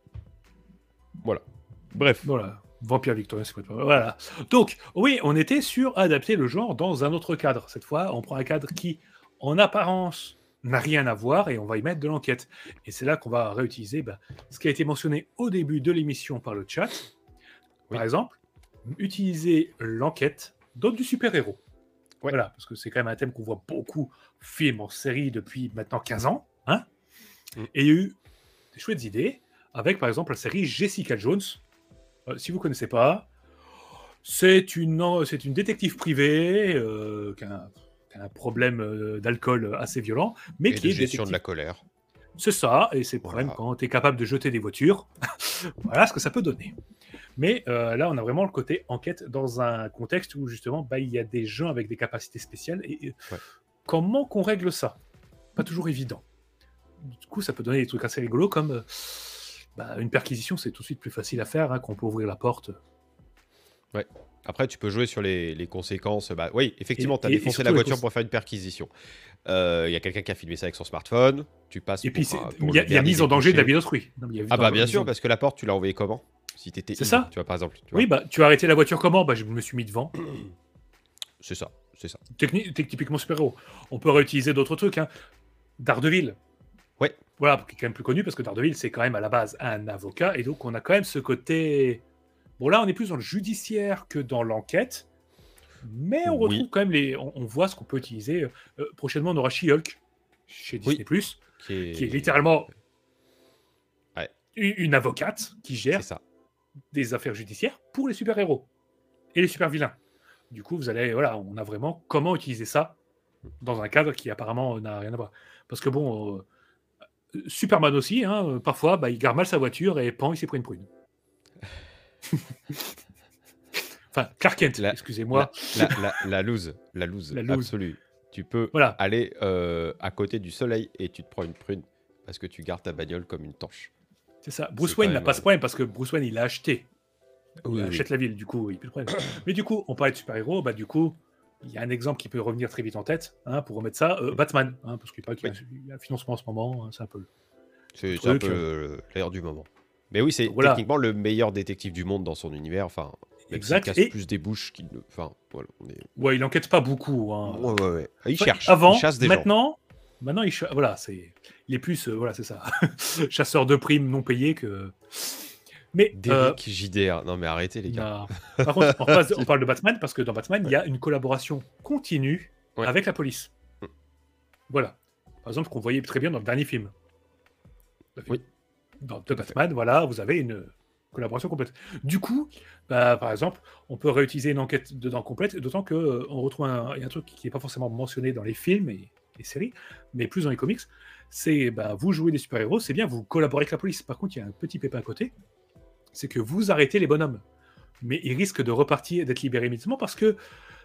A: Bref.
B: Voilà. Vampire Victorien, c'est quoi? Voilà. Donc, oui, on était sur adapter le genre dans un autre cadre. Cette fois, on prend un cadre qui, en apparence, n'a rien à voir et on va y mettre de l'enquête. Et c'est là qu'on va réutiliser ce qui a été mentionné au début de l'émission par le chat. Par exemple, utiliser l'enquête dans du super-héros. Voilà, parce que c'est quand même un thème qu'on voit beaucoup film en série depuis maintenant 15 ans. Hein. Et il y a eu des chouettes idées avec, par exemple, la série Jessica Jones. Si vous ne connaissez pas, c'est une détective privée qui a un problème d'alcool assez violent, mais qui
A: de
B: est
A: gestion
B: détective.
A: de la colère.
B: C'est ça, et c'est le problème quand tu es capable de jeter des voitures. Voilà ce que ça peut donner. Mais là, on a vraiment le côté enquête dans un contexte où justement, il y a des gens avec des capacités spéciales. Et comment qu'on règle ça? Pas toujours évident. Du coup, ça peut donner des trucs assez rigolos comme une perquisition, c'est tout de suite plus facile à faire, hein, qu'on peut ouvrir la porte.
A: Ouais. Après, tu peux jouer sur les conséquences. Oui, effectivement, tu as défoncé la voiture pour faire une perquisition. Il y a quelqu'un qui a filmé ça avec son smartphone. Tu passes.
B: Et puis, il y a mise en danger de la vie d'autrui.
A: Bien sûr, parce que la porte, tu l'as envoyée comment? Si tu étais ivre,
B: ça.
A: Tu vois, par exemple.
B: Tu as arrêté la voiture comment? Je me suis mis devant.
A: C'est ça.
B: Typiquement super-héros. On peut réutiliser d'autres trucs. Hein. Daredevil.
A: Ouais.
B: Voilà, qui est quand même plus connu parce que Daredevil, c'est quand même à la base un avocat. Et donc, on a quand même ce côté. Bon, là, on est plus dans le judiciaire que dans l'enquête. Mais on retrouve quand même on voit ce qu'on peut utiliser. Prochainement, on aura She-Hulk chez Disney+, qui est littéralement une avocate qui gère des affaires judiciaires pour les super-héros et les super-vilains. Du coup, on a vraiment comment utiliser ça dans un cadre qui apparemment n'a rien à voir. Parce que bon, Superman aussi, hein, parfois, il gare mal sa voiture et pan, il s'est pris une prune. Enfin, Clark Kent, excusez-moi.
A: La loose absolue. Tu peux aller à côté du soleil et tu te prends une prune parce que tu gardes ta bagnole comme une torche.
B: C'est ça. Bruce Wayne n'a pas ce problème parce que Bruce Wayne, il l'a acheté. Il achète la ville, du coup, il n'y a plus de problème. Mais du coup, on parlait de super-héros, du coup, il y a un exemple qui peut revenir très vite en tête, hein, pour remettre ça, Batman, hein, parce qu'il paraît qu'il y a un financement en ce moment, hein, c'est un peu
A: C'est un peu l'air du moment. Mais oui, c'est
B: Donc voilà,
A: techniquement le meilleur détective du monde dans son univers. Enfin, même s'il
B: exact.
A: casse
B: Et
A: plus des bouches qu'il ne. Enfin, voilà, on est.
B: ouais, il enquête pas beaucoup, hein.
A: Ouais, ouais, ouais. Il
B: Enfin,
A: cherche, il
B: avant,
A: chasse des gens.
B: maintenant, voilà, il est plus, voilà, c'est ça, chasseur de primes non payés que. Mais
A: Derrick JDR. Non, mais arrêtez, les gars.
B: non. Par contre, on parle de Batman parce que dans Batman, il y a une collaboration continue
A: Ouais.
B: avec la police.
A: Mm.
B: Voilà. Par exemple, qu'on voyait très bien dans le dernier film.
A: Oui.
B: Dans The Batman, voilà, vous avez une collaboration complète. Du coup, bah, par exemple, on peut réutiliser une enquête dedans complète, d'autant que on retrouve il y a un truc qui n'est pas forcément mentionné dans les films et les séries, mais plus dans les comics, c'est bah, vous jouez des super-héros, c'est bien, vous collaborez avec la police. Par contre, il y a un petit pépin à côté, c'est que vous arrêtez les bonhommes. Mais ils risquent de repartir, d'être libérés immédiatement parce que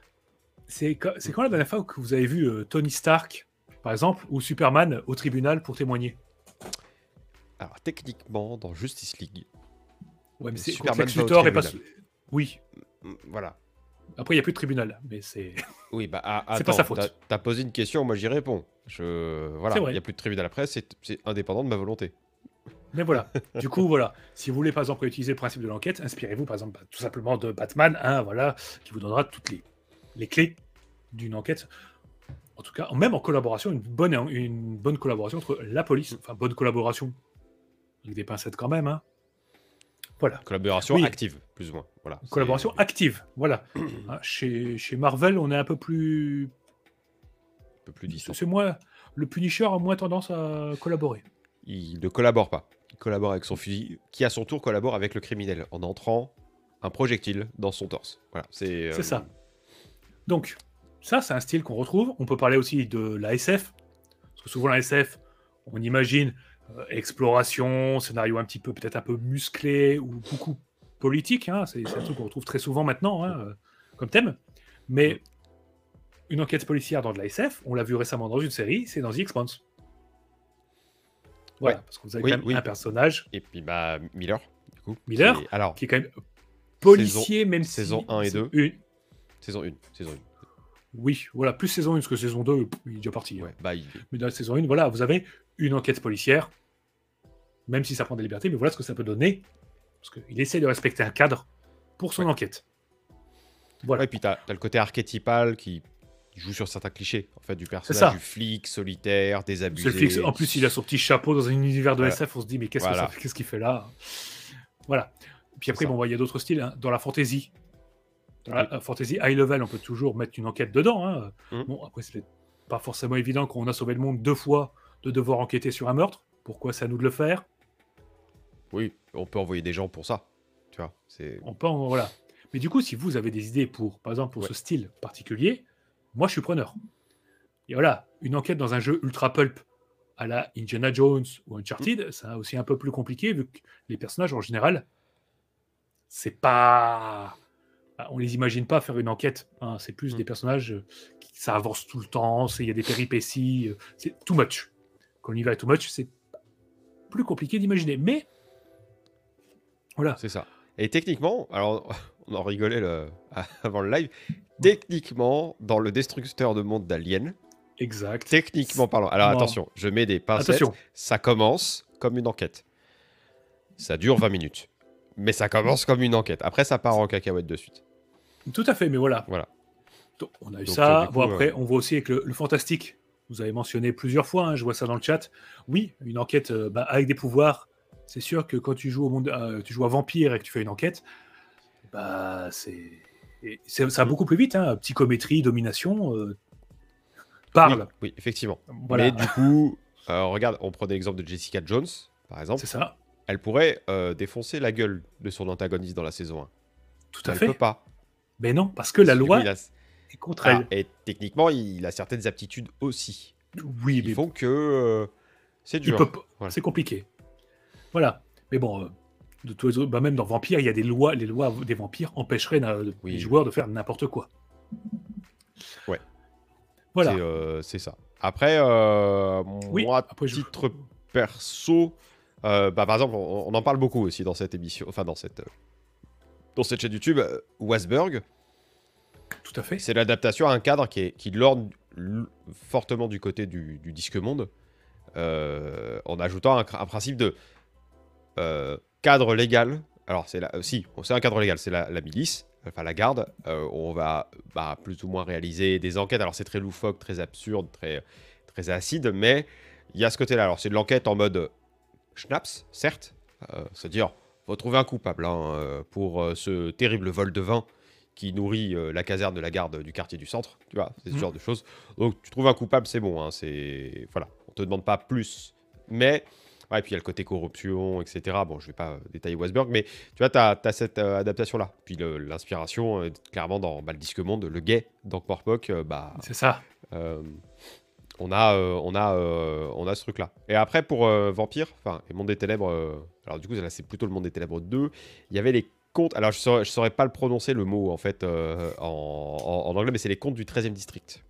B: c'est quand la dernière fois que vous avez vu Tony Stark, par exemple, ou Superman au tribunal pour témoigner?
A: Alors, techniquement, dans Justice League,
B: Ouais, mais c'est
A: Superman
B: Lex
A: va au
B: Luthor et pas.
A: tribunal.
B: Oui.
A: Voilà.
B: Après, il n'y a plus de tribunal, mais c'est.
A: Oui, bah
B: C'est pas
A: attends,
B: sa faute.
A: t'as posé une question, moi j'y réponds. Voilà,
B: C'est
A: il
B: vrai.
A: n'y a plus de tribunal après, c'est indépendant de ma volonté.
B: Mais voilà. Du coup, voilà. Si vous voulez, par exemple, utiliser le principe de l'enquête, inspirez-vous, par exemple, tout simplement de Batman, hein, voilà, qui vous donnera toutes les clés d'une enquête. En tout cas, même en collaboration, une bonne collaboration entre la police, enfin, bonne collaboration, avec des pincettes quand même, hein. Voilà.
A: Collaboration
B: Oui,
A: active, plus ou moins. Voilà.
B: collaboration active, voilà. Hein, chez Marvel, on est un peu plus.
A: Un peu plus distant.
B: C'est moins. Le Punisher a moins tendance à collaborer.
A: Il ne collabore pas. Il collabore avec son fusil, qui à son tour collabore avec le criminel, en entrant un projectile dans son torse. Voilà,
B: C'est ça. Donc, ça, c'est un style qu'on retrouve. On peut parler aussi de la SF. Parce que souvent, la SF, on imagine exploration, scénario un petit peu, peut-être un peu musclé ou beaucoup politique. Hein. C'est un truc qu'on retrouve très souvent maintenant comme thème. Mais une enquête policière dans de la SF, on l'a vu récemment dans une série, c'est dans The Expanse. Voilà,
A: Ouais.
B: parce que vous avez quand même un personnage,
A: Et puis, bah, Miller, du coup.
B: Miller,
A: Alors,
B: qui est quand même policier, même
A: saison
B: si.
A: 1 et 2.
B: Une...
A: Saison 1. Saison 1.
B: Oui, voilà, plus saison 1, parce que saison 2, il est déjà parti.
A: Ouais,
B: Hein.
A: bah,
B: Mais dans la saison 1, voilà, vous avez une enquête policière, même si ça prend des libertés, mais voilà ce que ça peut donner, parce qu'il essaie de respecter un cadre pour son enquête. Voilà.
A: Ouais, et puis t'as le côté archétypal qui joue sur certains clichés, en fait, du personnage, du flic solitaire, désabusé.
B: C'est le flic. En plus, il a son petit chapeau dans un univers de
A: Voilà.
B: SF, on se dit, mais qu'est-ce qu'il fait là? Voilà. Et puis après, bon, il y a d'autres styles. Hein. Dans la fantasy, fantasy high level, on peut toujours mettre une enquête dedans. Hein. Bon, après, c'est pas forcément évident quand on a sauvé le monde 2 fois de devoir enquêter sur un meurtre. Pourquoi c'est à nous de le faire?
A: Oui, on peut envoyer des gens pour ça. Tu vois,
B: on peut, voilà. Mais du coup, si vous avez des idées pour, par exemple, pour ce style particulier, moi, je suis preneur. Et voilà, une enquête dans un jeu ultra pulp à la Indiana Jones ou Uncharted, c'est aussi un peu plus compliqué vu que les personnages, en général, c'est pas... On les imagine pas faire une enquête. Hein. C'est plus des personnages ça avance tout le temps, il y a des péripéties, c'est too much. Quand on y va à too much, c'est plus compliqué d'imaginer. Mais voilà.
A: C'est ça. Et techniquement, alors on en rigolait avant le live, techniquement, dans le destructeur de monde d'Alien,
B: exact.
A: Techniquement parlant. Alors attention, je mets des pincettes.
B: Attention.
A: Ça commence comme une enquête. Ça dure 20 minutes. Mais ça commence comme une enquête. Après, ça part en cacahuète de suite.
B: Tout à fait, mais voilà. Donc, on a eu ça. Coup, bon, après, on voit aussi avec le fantastique. Vous avez mentionné plusieurs fois, hein, je vois ça dans le chat. Oui, une enquête avec des pouvoirs. C'est sûr que quand tu joues au monde, tu joues à Vampire et que tu fais une enquête, bah ça va beaucoup plus vite. Hein, psychométrie, domination, parle.
A: Oui, effectivement.
B: Voilà.
A: Mais du coup, regarde, on prenait l'exemple de Jessica Jones, par exemple.
B: C'est ça.
A: Elle pourrait défoncer la gueule de son antagoniste dans la saison 1.
B: Tout à fait.
A: Elle peut pas.
B: Mais non, parce que la loi est contre elle.
A: Et techniquement, il a certaines aptitudes aussi.
B: Oui,
A: mais font que c'est dur.
B: C'est compliqué. Voilà. Mais bon, de tous les autres, même dans Vampire, il y a des lois. Les lois des vampires empêcheraient les joueurs de faire n'importe quoi.
A: Ouais.
B: Voilà.
A: C'est ça. Après, moi, titre perso, par exemple, on en parle beaucoup aussi dans cette émission, enfin dans cette chaîne YouTube, Wasberg.
B: Tout à fait.
A: C'est l'adaptation à un cadre qui lorne fortement du côté du disque monde, en ajoutant un principe de cadre légal. Alors, c'est un cadre légal, c'est la milice, enfin la garde. On va plus ou moins réaliser des enquêtes. Alors, c'est très loufoque, très absurde, très, très acide, mais il y a ce côté-là. Alors, c'est de l'enquête en mode schnaps, certes. C'est-à-dire, faut trouver un coupable pour ce terrible vol de vin qui nourrit la caserne de la garde du quartier du centre. Tu vois, c'est ce genre de choses. Donc, tu trouves un coupable, c'est bon. Voilà, on te demande pas plus. Mais, ouais, et puis il y a le côté corruption, etc. Bon, je vais pas détailler Westberg, mais tu vois, tu as cette adaptation-là. Puis l'inspiration, clairement, dans le Disque Monde, le gay d'Ankh-Morpork,
B: C'est ça.
A: on a ce truc-là. Et après, pour Vampire, et Monde des Ténèbres, alors du coup, là, c'est plutôt le Monde des Ténèbres 2, il y avait les contes, alors je saurais pas le prononcer, le mot, en fait, en anglais, mais c'est les contes du 13e district.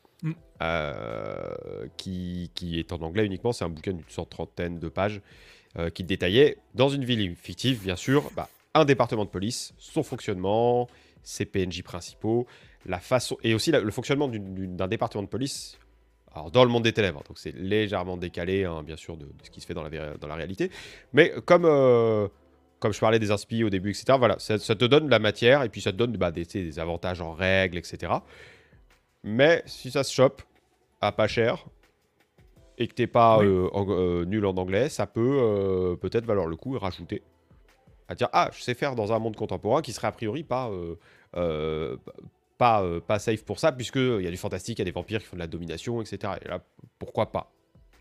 A: Qui est en anglais uniquement, c'est un bouquin d'une 130aine de pages qui détaillait, dans une ville fictive, bien sûr, un département de police, son fonctionnement, ses PNJ principaux, la façon, et aussi le fonctionnement d'un département de police. Alors, dans le Monde des Ténèbres, donc c'est légèrement décalé, bien sûr, de ce qui se fait dans la réalité. Mais comme je parlais des inspi au début, etc., voilà, ça te donne de la matière, et puis ça te donne des avantages en règles, etc. Mais si ça se chope à pas cher, et que t'es pas nul en anglais, ça peut peut-être valoir le coup et rajouter. À dire, je sais faire dans un monde contemporain qui serait a priori pas safe pour ça, puisqu'il y a du fantastique, il y a des vampires qui font de la domination, etc. Et là, pourquoi pas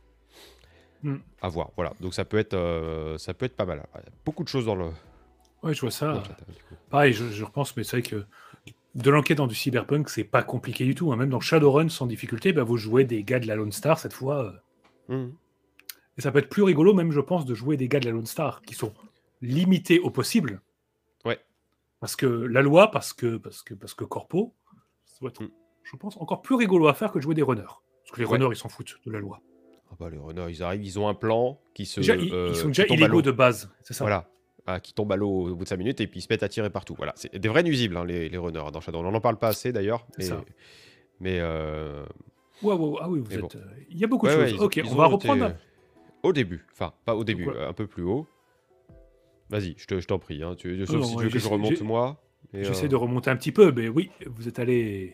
A: à voir, voilà. Donc ça peut être pas mal. Il y a beaucoup de choses dans le...
B: Ouais, je vois ça. Pareil, je repense, mais c'est vrai que de l'enquête dans du cyberpunk, c'est pas compliqué du tout. Même dans Shadowrun, sans difficulté, vous jouez des gars de la Lone Star cette fois. Et ça peut être plus rigolo, même, je pense, de jouer des gars de la Lone Star qui sont limités au possible.
A: Ouais.
B: Parce que la loi, parce que corpo, ça doit être, je pense, encore plus rigolo à faire que de jouer des runners. Parce que les runners, ils s'en foutent de la loi.
A: Les runners, ils arrivent, ils ont un plan qui se...
B: Déjà, ils sont déjà illégaux de base, c'est ça.
A: Voilà. Qui tombent à l'eau au bout de 5 minutes et puis ils se mettent à tirer partout. Voilà, c'est des vrais nuisibles, les runners dans Shadowrun. On n'en parle pas assez d'ailleurs. Mais
B: Wow. Ah oui, vous êtes. Il y a beaucoup de choses. Ok, on va reprendre.
A: Au début, enfin, pas au début, un peu plus haut. Vas-y, je t'en prie. Sauf si tu veux que je remonte moi.
B: J'essaie de remonter un petit peu, mais oui, vous êtes allé.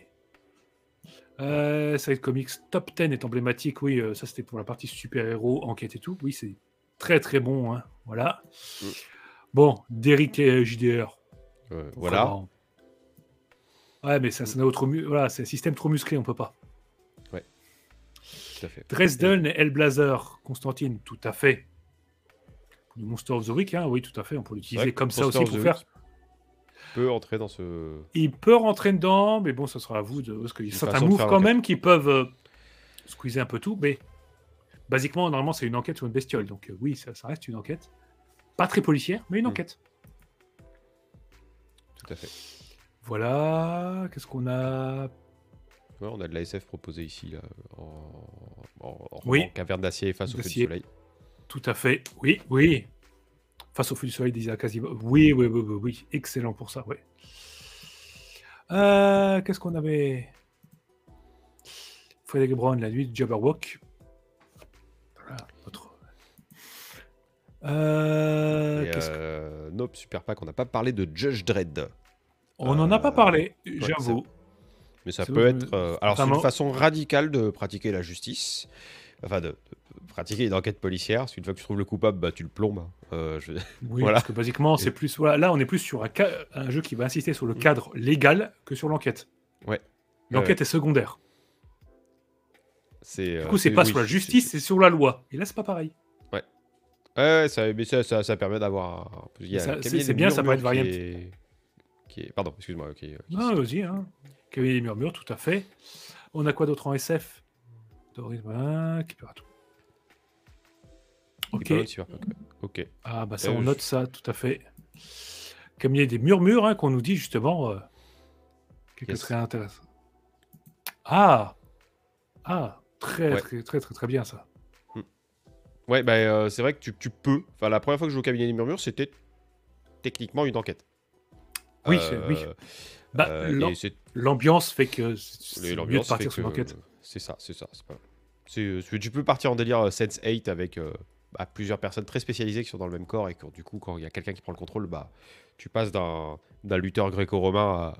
B: Side Comics Top 10 est emblématique. Oui, ça c'était pour la partie super-héros, enquête et tout. Oui, c'est très très bon. Hein. Voilà. Bon, Derrick et JDR.
A: Voilà.
B: Ouais, mais ça n'a autre. Voilà, c'est un système trop musclé, on peut pas.
A: Ouais. Tout à fait.
B: Dresden et Hellblazer, Constantine, tout à fait. Le Monster of the Week, oui, tout à fait. On peut l'utiliser comme ça aussi pour faire.
A: Il peut entrer dans ce.
B: Il peut rentrer dedans, mais bon, ça sera à vous de. Parce qu'il y a certains moves quand même qui peuvent squeezer un peu tout, mais basiquement, normalement, c'est une enquête sur une bestiole. Donc oui, ça reste une enquête. Pas très policière, mais une enquête.
A: Tout à fait.
B: Voilà. Qu'est-ce qu'on a?
A: On a de la SF proposée ici, là, en caverne d'acier face au feu du soleil.
B: Tout à fait. Oui. Face au feu du soleil d'Isaac Asimov. Oui. Excellent pour ça, oui. Qu'est-ce qu'on avait? Frédéric Brown, La nuit du Jabberwock. Voilà,
A: Nope, super pack, on n'a pas parlé de Judge Dredd.
B: On n'en a pas parlé, j'avoue.
A: Mais ça peut être... alors, c'est une façon radicale de pratiquer la justice. Enfin, de pratiquer une enquête policière. Parce qu'une fois que tu trouves le coupable, tu le plombes.
B: Oui, parce que basiquement, c'est plus... Voilà, là, on est plus sur un jeu qui va insister sur le cadre légal que sur l'enquête.
A: Ouais.
B: L'enquête est secondaire.
A: Du
B: coup, c'est pas sur la justice, c'est sur la loi. Et là, c'est pas pareil.
A: Ouais, ça permet d'avoir...
B: C'est bien, ça peut être variable.
A: Pardon, excuse-moi.
B: Non, vas-y. Cavalier des Murmures, tout à fait. On a quoi d'autre en SF? Qui perd tout.
A: Ok.
B: Ah, ça, on note ça, tout à fait. Cavalier des Murmures, qu'on nous dit justement quelque chose très intéressant. Très bien, ça.
A: Ouais, c'est vrai que tu peux. Enfin, la première fois que je joue au Cabinet des Murmures, c'était techniquement une enquête.
B: Oui. L'ambiance fait que c'est mieux de partir sur l'enquête.
A: C'est ça. Tu peux partir en délire Sense8 avec plusieurs personnes très spécialisées qui sont dans le même corps et que du coup, quand il y a quelqu'un qui prend le contrôle, tu passes d'un lutteur gréco-romain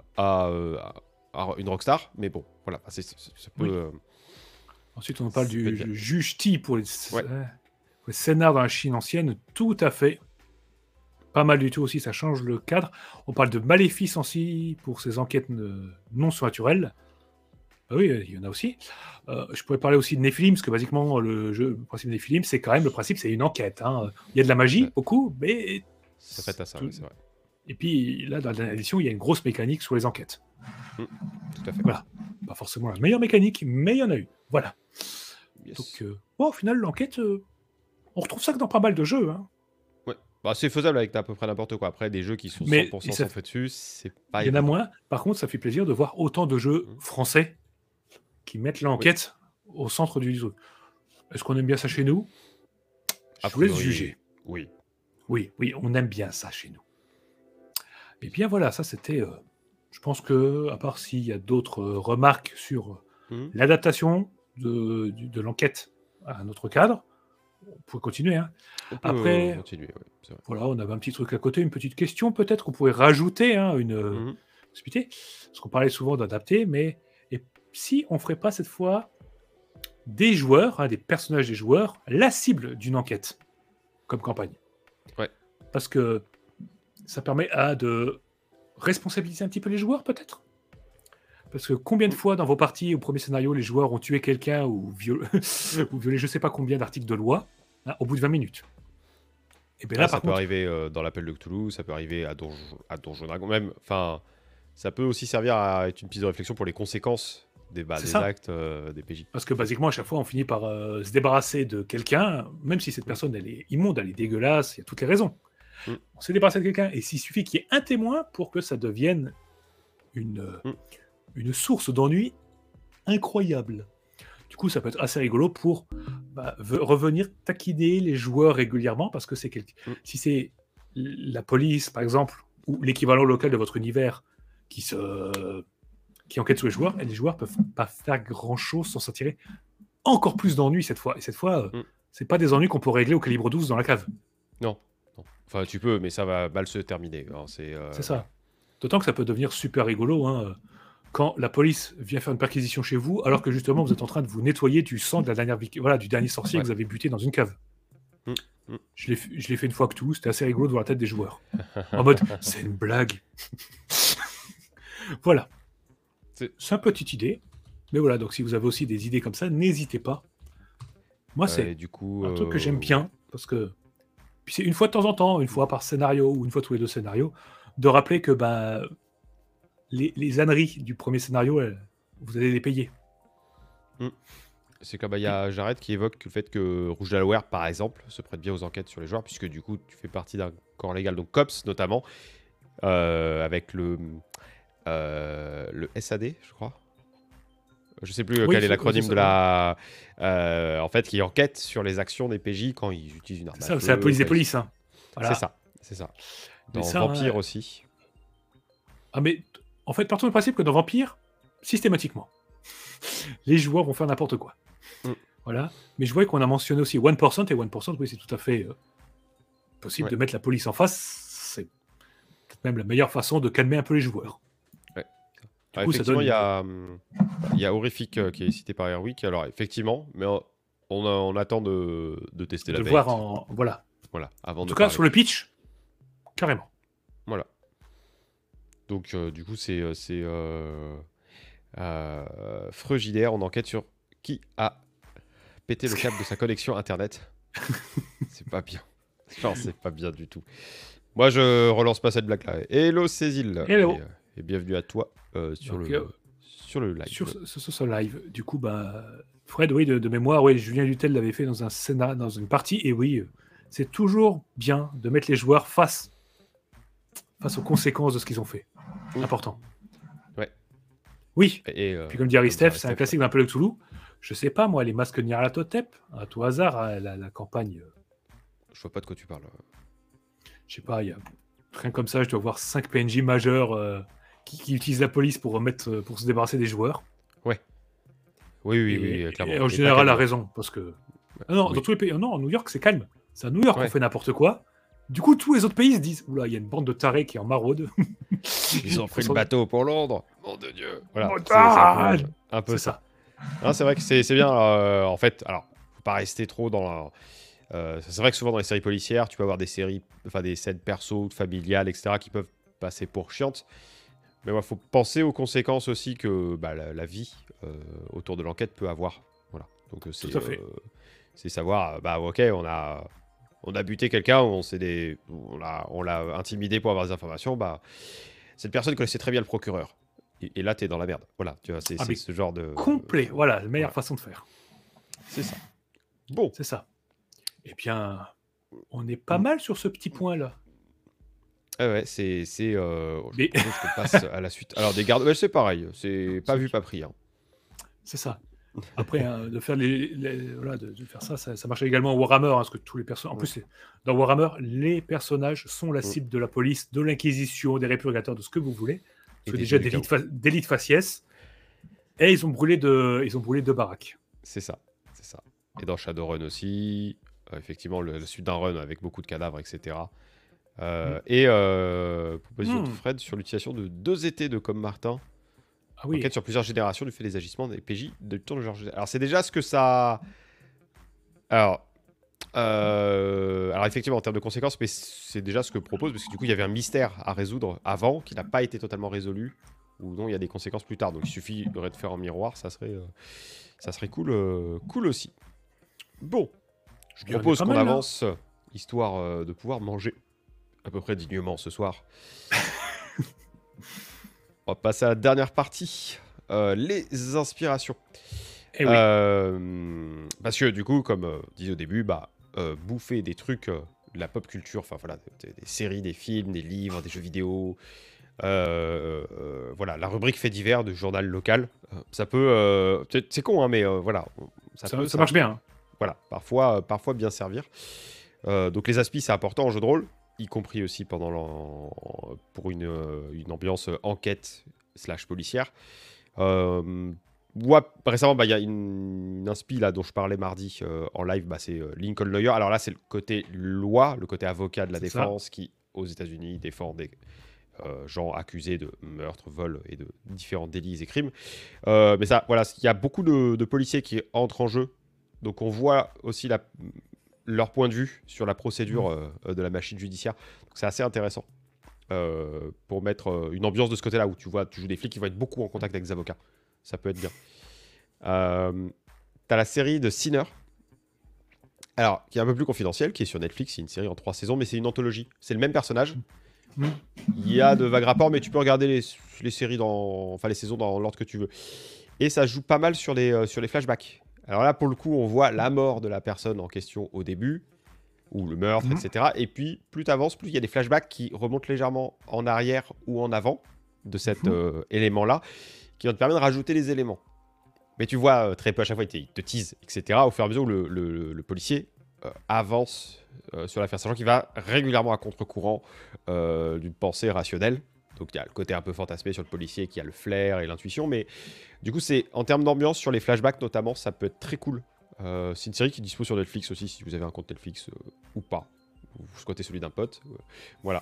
A: à une rockstar. Mais bon, voilà, ça peut.
B: Oui. Ensuite, on parle
A: ça peut être bien.
B: du juge Ti pour les
A: Ouais.
B: scénars dans la Chine ancienne. Tout à fait. Pas mal du tout aussi, ça change le cadre. On parle de maléfices aussi pour ces enquêtes non surnaturelles. Ah oui, il y en a aussi. Je pourrais parler aussi de Nephilim, parce que basiquement, le principe de Nephilim, c'est quand même le principe, c'est une enquête. Hein. Il y a de la magie,
A: Ouais.
B: beaucoup, mais.
A: Ça fait à ça, ouais, c'est vrai.
B: Et puis là, dans la dernière édition, il y a une grosse mécanique sur les enquêtes.
A: Tout à fait.
B: Voilà. Pas forcément la meilleure mécanique, mais il y en a eu. Voilà.
A: Yes.
B: Donc, au final, l'enquête, on retrouve ça que dans pas mal de jeux. Hein.
A: Ouais. C'est faisable avec à peu près n'importe quoi. Après, des jeux qui sont
B: Mais
A: 100% centrés dessus, c'est pas
B: il y en a
A: évident.
B: moins. Par contre, ça fait plaisir de voir autant de jeux français qui mettent l'enquête au centre du jeu. Est-ce qu'on aime bien ça chez nous? Je vous laisse juger.
A: Oui.
B: Oui, on aime bien ça chez nous. Et bien voilà, ça c'était... je pense que, à part s'il y a d'autres remarques sur l'adaptation de l'enquête à un autre cadre, on peut continuer. Hein.
A: On peut
B: Après,
A: continuer, ouais, c'est vrai.
B: voilà, on avait un petit truc à côté, une petite question peut-être qu'on pourrait rajouter, hein, une possibilité. Parce qu'on parlait souvent d'adapter, mais et si on ne ferait pas cette fois des joueurs, des personnages des joueurs, la cible d'une enquête comme campagne.
A: Ouais.
B: Parce que ça permet de responsabiliser un petit peu les joueurs, peut-être. Parce que combien de fois dans vos parties, au premier scénario, les joueurs ont tué quelqu'un ou violé je ne sais pas combien d'articles de loi au bout de 20 minutes. Et bien là,
A: ça peut arriver dans l'appel de Cthulhu, ça peut arriver à Donjon Dragon même. Enfin, ça peut aussi servir à être une piste de réflexion pour les conséquences des actes des PJ.
B: Parce que basiquement, à chaque fois, on finit par se débarrasser de quelqu'un, même si cette personne, elle est immonde, elle est dégueulasse, il y a toutes les raisons. On s'est débarrassé de quelqu'un, et s'il suffit qu'il y ait un témoin pour que ça devienne une source d'ennui incroyable. Du coup, ça peut être assez rigolo pour revenir taquiner les joueurs régulièrement, parce que c'est si c'est la police, par exemple, ou l'équivalent local de votre univers qui enquête sur les joueurs, et les joueurs peuvent pas faire grand-chose sans s'attirer encore plus d'ennuis cette fois. Et cette fois, c'est pas des ennuis qu'on peut régler au calibre 12 dans la cave.
A: Non. Enfin, tu peux, mais ça va mal se terminer. Hein, c'est
B: ça. D'autant que ça peut devenir super rigolo quand la police vient faire une perquisition chez vous, alors que justement vous êtes en train de vous nettoyer du sang de la dernière du dernier sorcier que vous avez buté dans une cave. Je l'ai fait une fois que tout, c'était assez rigolo de voir la tête des joueurs. En mode, c'est une blague. Voilà. C'est une petite idée. Mais voilà, donc si vous avez aussi des idées comme ça, n'hésitez pas. Moi, c'est
A: du coup,
B: un truc que j'aime bien, parce que puis c'est une fois de temps en temps, une fois par scénario, ou une fois tous les 2 scénarios, de rappeler que les âneries du premier scénario, vous allez les payer.
A: C'est comme il y a Jared qui évoque le fait que Rouge Delaware, par exemple, se prête bien aux enquêtes sur les joueurs, puisque du coup, tu fais partie d'un corps légal, donc COPS notamment, avec le SAD, je crois. Je sais plus quel est l'acronyme de la... en fait, qui enquête sur les actions des PJ quand ils utilisent une arme à feu.
B: C'est la police des polices. Hein. Voilà.
A: C'est ça. Dans Vampire aussi.
B: Ah mais, en fait, partons du principe que dans Vampire, systématiquement, les joueurs vont faire n'importe quoi. Voilà. Mais je vois qu'on a mentionné aussi 1%, et 1%, oui, c'est tout à fait possible de mettre la police en face. C'est peut-être même la meilleure façon de calmer un peu les joueurs.
A: Du coup, effectivement, il y a Horrific qui est cité par Airwick. Alors, effectivement, mais on attend de tester la bête.
B: De voir Voilà.
A: Avant
B: en tout cas, sur le pitch, carrément.
A: Voilà. Donc, du coup, c'est Freugidaire. On enquête sur qui a pété le câble de sa connexion Internet. C'est pas bien. Genre, c'est pas bien du tout. Moi, je relance pas cette blague-là. Hello, Cécile.
B: Hello.
A: Et bienvenue à toi sur le live.
B: Sur ce live. Du coup, Fred, oui, de mémoire, oui, Julien Dutel l'avait fait dans un scénario, dans une partie, et oui, c'est toujours bien de mettre les joueurs face aux conséquences de ce qu'ils ont fait. Important.
A: Ouais.
B: Oui. Puis comme dit Aristef, c'est un classique d'un peu de Cthulhu. Je sais pas, moi, les masques Nyarlathotep, à tout hasard, la campagne.
A: Je vois pas de quoi tu parles.
B: Je sais pas, il y a rien comme ça, je dois voir 5 PNJ majeurs qui utilisent la police pour se débarrasser des joueurs.
A: Ouais. Oui, clairement.
B: Et en général, a raison, parce que... Non, dans tous les pays... Non, en New York, c'est calme. C'est à New York qu'on
A: Ouais.
B: fait n'importe quoi. Du coup, tous les autres pays se disent, oula, il y a une bande de tarés qui est en maraude.
A: Ils ont pris le bateau pour Londres. Nom de Dieu. Voilà, c'est
B: Montage.
A: un peu
B: C'est
A: ça.
B: ça.
A: Hein, c'est vrai que c'est bien. En fait, alors, faut pas rester trop dans la. C'est vrai que souvent dans les séries policières, tu peux avoir des séries, enfin des scènes perso, familiales, etc., qui peuvent passer pour chiantes. Mais il faut penser aux conséquences aussi que bah, la vie autour de l'enquête peut avoir. Voilà. Donc
B: Tout à fait.
A: c'est savoir, bah ok, on a buté quelqu'un, on l'a intimidé pour avoir des informations, bah cette personne connaissait très bien le procureur. Et là, t'es dans la merde. Voilà, tu vois,
B: Ah,
A: c'est
B: mais
A: ce genre de.
B: complet. Voilà, la meilleure
A: Voilà,
B: façon de faire.
A: c'est ça. Bon.
B: C'est ça. Eh bien, on est pas mal sur ce petit point-là.
A: Ah ouais,
B: Mais
A: je te passe à la suite. Alors, des gardes, ouais, c'est pareil. C'est pas vu, pas pris. Hein.
B: c'est ça. Après, de faire voilà, de faire ça, ça marche également en Warhammer, hein, parce que tous les personnages. En
A: Mm.
B: plus, dans Warhammer, les personnages sont la
A: Mm.
B: cible de la police, de l'inquisition, des répurgateurs, de ce que vous voulez.
A: Et
B: C'est
A: des
B: déjà
A: dieux du chaos.
B: d'élite faciès. Et ils ont brûlé deux baraques.
A: C'est ça. C'est ça. Et dans Shadowrun aussi, effectivement, la suite d'un run avec beaucoup de cadavres, etc. Et proposition de Fred sur l'utilisation de 2 étés de Comme Martin.
B: Ah oui.
A: Enquête sur plusieurs générations du fait des agissements des PJ du temps de Georges. Alors, c'est déjà ce que ça. Alors. Alors effectivement en termes de conséquences, mais c'est déjà ce que propose, parce que du coup il y avait un mystère à résoudre avant, qui n'a pas été totalement résolu, ou non il y a des conséquences plus tard, donc il suffit de faire en miroir, ça serait cool, cool aussi. Bon, je
B: Puis on est
A: propose
B: pas
A: qu'on
B: mal, là.
A: avance, histoire de pouvoir manger à peu près dignement ce soir. On va passer à la dernière partie, les inspirations.
B: Eh oui.
A: Parce que du coup, comme disait au début, bah, bouffer des trucs de la pop culture, enfin voilà, des séries, des films, des livres, des jeux vidéo, voilà, la rubrique fait divers du journal local, ça peut, c'est con, hein, mais voilà,
B: Ça marche bien. Hein.
A: Voilà, parfois bien servir. Donc les aspi, c'est important en jeu de rôle, y compris aussi pour une ambiance enquête / policière. Récemment, bah, y a une inspi là, dont je parlais mardi en live, bah, c'est Lincoln Lawyer. Alors là, c'est le côté loi, le côté avocat de la défense qui, aux États-Unis, défend des gens accusés de meurtre, vol et de différents délits et crimes. Mais ça, voilà, il y a beaucoup de policiers qui entrent en jeu. Donc on voit aussi leur point de vue sur la procédure de la machine judiciaire. Donc c'est assez intéressant pour mettre une ambiance de ce côté-là où tu joues des flics qui vont être beaucoup en contact avec des avocats. Ça peut être bien. T'as la série de Sinner. Alors, qui est un peu plus confidentielle, qui est sur Netflix. C'est une série en 3 saisons, mais c'est une anthologie. C'est le même personnage. Il y a de vagues rapports, mais tu peux regarder les séries les saisons dans l'ordre que tu veux. Et ça joue pas mal sur les flashbacks. Alors là, pour le coup, on voit la mort de la personne en question au début, ou le meurtre, etc. Et puis, plus tu avances, plus il y a des flashbacks qui remontent légèrement en arrière ou en avant de cet élément-là, qui vont te permettre de rajouter les éléments. Mais tu vois très peu à chaque fois, il te tease, etc. Au fur et à mesure où le policier avance sur l'affaire, sachant qu'il va régulièrement à contre-courant d'une pensée rationnelle. Donc il y a le côté un peu fantasmé sur le policier qui a le flair et l'intuition, mais du coup c'est en termes d'ambiance sur les flashbacks notamment, ça peut être très cool. C'est une série qui est dispo sur Netflix aussi si vous avez un compte Netflix ou pas. Vous squattez celui d'un pote, voilà.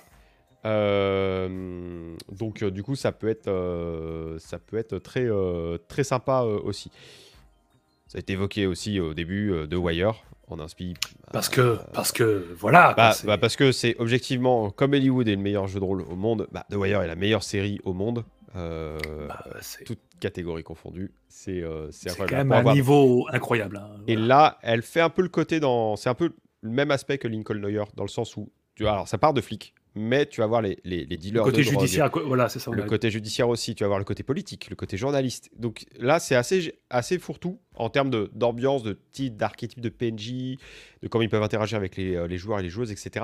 A: Donc du coup ça peut être très très sympa aussi. Ça a été évoqué aussi au début de Wire en inspi.
B: Parce que voilà.
A: Parce que c'est objectivement, comme Hollywood est le meilleur jeu de rôle au monde, The Wire est la meilleure série au monde, toute catégorie confondue. C'est
B: quand même un niveau incroyable. Hein,
A: voilà. Et là, elle fait un peu le côté c'est un peu le même aspect que Lincoln Lawyer, dans le sens où, alors ça part de flics, mais tu vas voir les dealers
B: le côté
A: de drogue,
B: judiciaire, voilà, c'est ça.
A: le côté judiciaire aussi, tu vas voir le côté politique, le côté journaliste. Donc là, c'est assez fourre-tout en termes d'ambiance, de titre, d'archétype de PNJ, de comment ils peuvent interagir avec les joueurs et les joueuses, etc.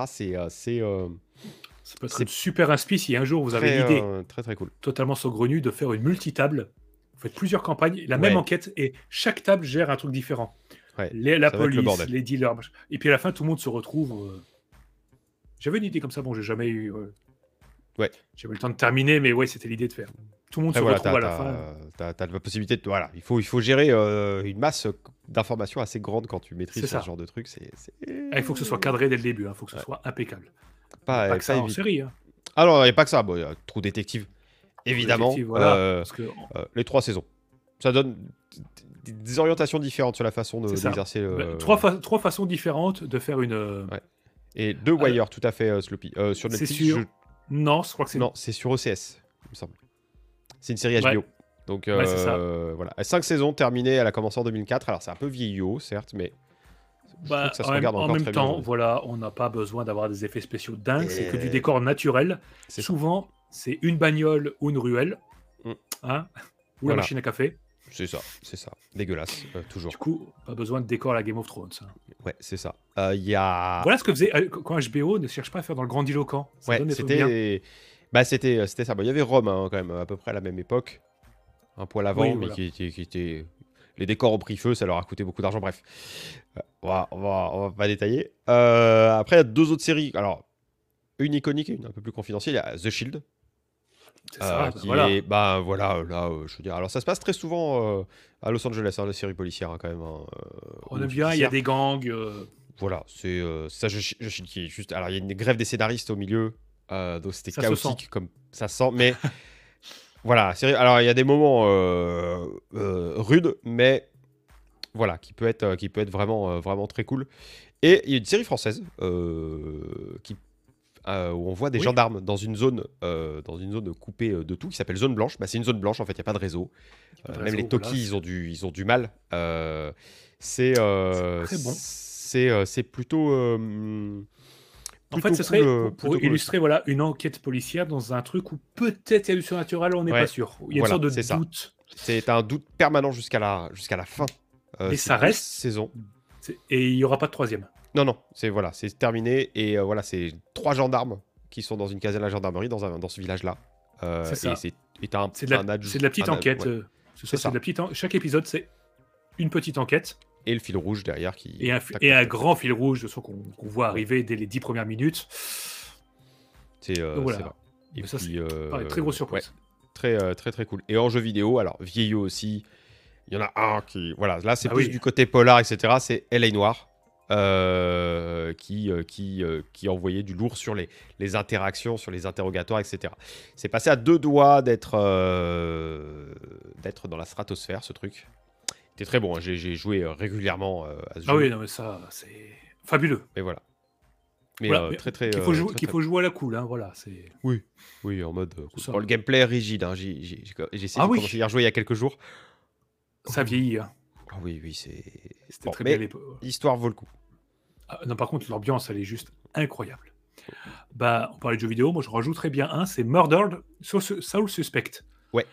B: Ça peut être super inspi si un jour vous avez l'idée
A: très très cool,
B: totalement saugrenue de faire une multitable. Vous faites plusieurs campagnes, la même enquête, et chaque table gère un truc différent.
A: Ouais,
B: la police, les dealers, et puis à la fin tout le monde se retrouve. J'avais une idée comme ça, bon, j'ai jamais eu.
A: Ouais.
B: J'ai eu le temps de terminer, mais ouais, c'était l'idée de faire. tout le monde
A: Après,
B: se
A: voilà,
B: retrouve à la fin.
A: t'as la possibilité de. Voilà, il faut gérer une masse d'informations assez grande quand tu maîtrises
B: C'est
A: ce
B: ça.
A: genre de truc.
B: Ah, il faut que ce soit cadré dès le début, il faut que ce
A: Ouais.
B: soit impeccable. Il n'y a pas que
A: Pas
B: ça en
A: évident.
B: série. Hein.
A: Alors, il n'y a pas que ça. Bon, il y a True Detective, évidemment.
B: Détective, voilà. Parce que
A: Les 3 saisons. Ça donne des orientations différentes sur la façon
B: c'est ça.
A: d'exercer.
B: Trois façons différentes de faire une.
A: Ouais. Et The Wire, tout à fait, Sloppy. Sur
B: C'est
A: Netflix,
B: sûr. Non, je crois que c'est.
A: non, c'est sur OCS, il me semble. C'est une série HBO.
B: Ouais.
A: Donc,
B: Ouais, c'est ça.
A: voilà. 5 saisons terminées, elle a commencé en 2004. Alors, c'est un peu vieillot, certes, mais je trouve que ça se regarde
B: en
A: encore
B: même
A: très
B: temps,
A: bien.
B: voilà, on n'a pas besoin d'avoir des effets spéciaux dingues, c'est que du
A: Et-
B: décor naturel.
A: C'est ça.
B: Souvent, c'est une bagnole ou une ruelle,
A: Mm.
B: hein, ou
A: Voilà.
B: la machine à café.
A: C'est ça. Dégueulasse, toujours.
B: Du coup, pas besoin de décor à la Game of Thrones. Hein.
A: Ouais, c'est ça. Il y a.
B: Voilà ce que faisait quand HBO ne cherche pas à faire dans le grandiloquent. Ça
A: Ouais,
B: donne des trucs bien.
A: c'était ça. Bon, il y avait Rome, hein, quand même, à peu près à la même époque. Un poil avant,
B: Oui,
A: mais
B: voilà.
A: qui était. Les décors ont pris feu, ça leur a coûté beaucoup d'argent. Bref, on va pas détailler. Après, il y a 2 autres séries. Alors, une iconique et une un peu plus confidentielle. Il y a The Shield,
B: C'est ça,
A: qui
B: voilà.
A: est. Bah voilà, là, je veux dire. Alors, ça se passe très souvent à Los Angeles, hein, la série policière, hein, quand même. Hein,
B: On
A: ou
B: aime bien, il y a
A: judiciaire.
B: des gangs.
A: Voilà, c'est ça, The Shield qui est juste. Alors, il y a une grève des scénaristes au milieu, donc c'était
B: Ça se sent.
A: chaotique comme ça sent, mais. Voilà, alors il y a des moments rudes, mais voilà, qui peut être vraiment, vraiment très cool. Et il y a une série française où on voit des
B: Oui,
A: gendarmes dans une zone coupée de tout, qui s'appelle Zone Blanche. Bah, c'est une zone blanche, en fait, il n'y a pas de réseau.
B: pas de
A: Même les
B: réseau, voilà,
A: Toki, ils ont du mal. C'est
B: très bon.
A: c'est plutôt,
B: En fait,
A: plutôt
B: ce
A: cool.
B: serait pour
A: Plutôt cool aussi.
B: illustrer voilà, une enquête policière dans un truc où peut-être il y a du surnaturel, on n'est
A: Ouais,
B: pas sûr. Il y a une
A: voilà,
B: sorte de
A: c'est ça.
B: doute.
A: C'est un doute permanent jusqu'à la fin.
B: Mais
A: C'est
B: ça
A: 12
B: reste.
A: saisons.
B: Et il n'y aura pas de troisième.
A: Non, c'est terminé. Et voilà, c'est 3 gendarmes qui sont dans une caserne de la gendarmerie dans ce village-là.
B: C'est ça.
A: Et t'as
B: C'est de, c'est de la petite enquête.
A: ouais, c'est ça.
B: C'est de la petite chaque épisode, c'est une petite enquête.
A: Et le fil rouge derrière qui.
B: Et un grand fil rouge de son qu'on voit arriver dès les 10 premières minutes.
A: C'est
B: Donc voilà.
A: là. Et
B: Mais ça,
A: puis,
B: c'est pareil, très grosse surprise.
A: ouais, très, très, très cool. Et en jeu vidéo, alors vieillot aussi, il y en a un qui. Voilà, là, c'est plus
B: oui.
A: du côté polar, etc. C'est L.A. Noire. Qui envoyait du lourd sur les interactions, sur les interrogatoires, etc. C'est passé à 2 doigts d'être dans la stratosphère, ce truc. C'était très bon, hein. J'ai joué régulièrement à ce jeu.
B: Ah oui, non, mais ça, c'est fabuleux.
A: Mais voilà. Mais,
B: Voilà, mais
A: très, très.
B: qu'il faut,
A: très,
B: faut jouer à la cool, hein, voilà. C'est...
A: Oui, en mode.
B: Ça.
A: Bon, le gameplay est rigide, hein. J'ai essayé de commencer à y rejouer il y a quelques jours.
B: Ça vieillit. Hein.
A: Ah oui, c'est.
B: C'était
A: Bon,
B: très
A: mais
B: bien à l'époque.
A: l'histoire vaut le coup.
B: Ah, non, par contre, l'ambiance, elle est juste incroyable. Bah, on parlait de jeux vidéo, moi je rajouterais bien un, c'est Murdered Soul Suspect.
A: Ouais.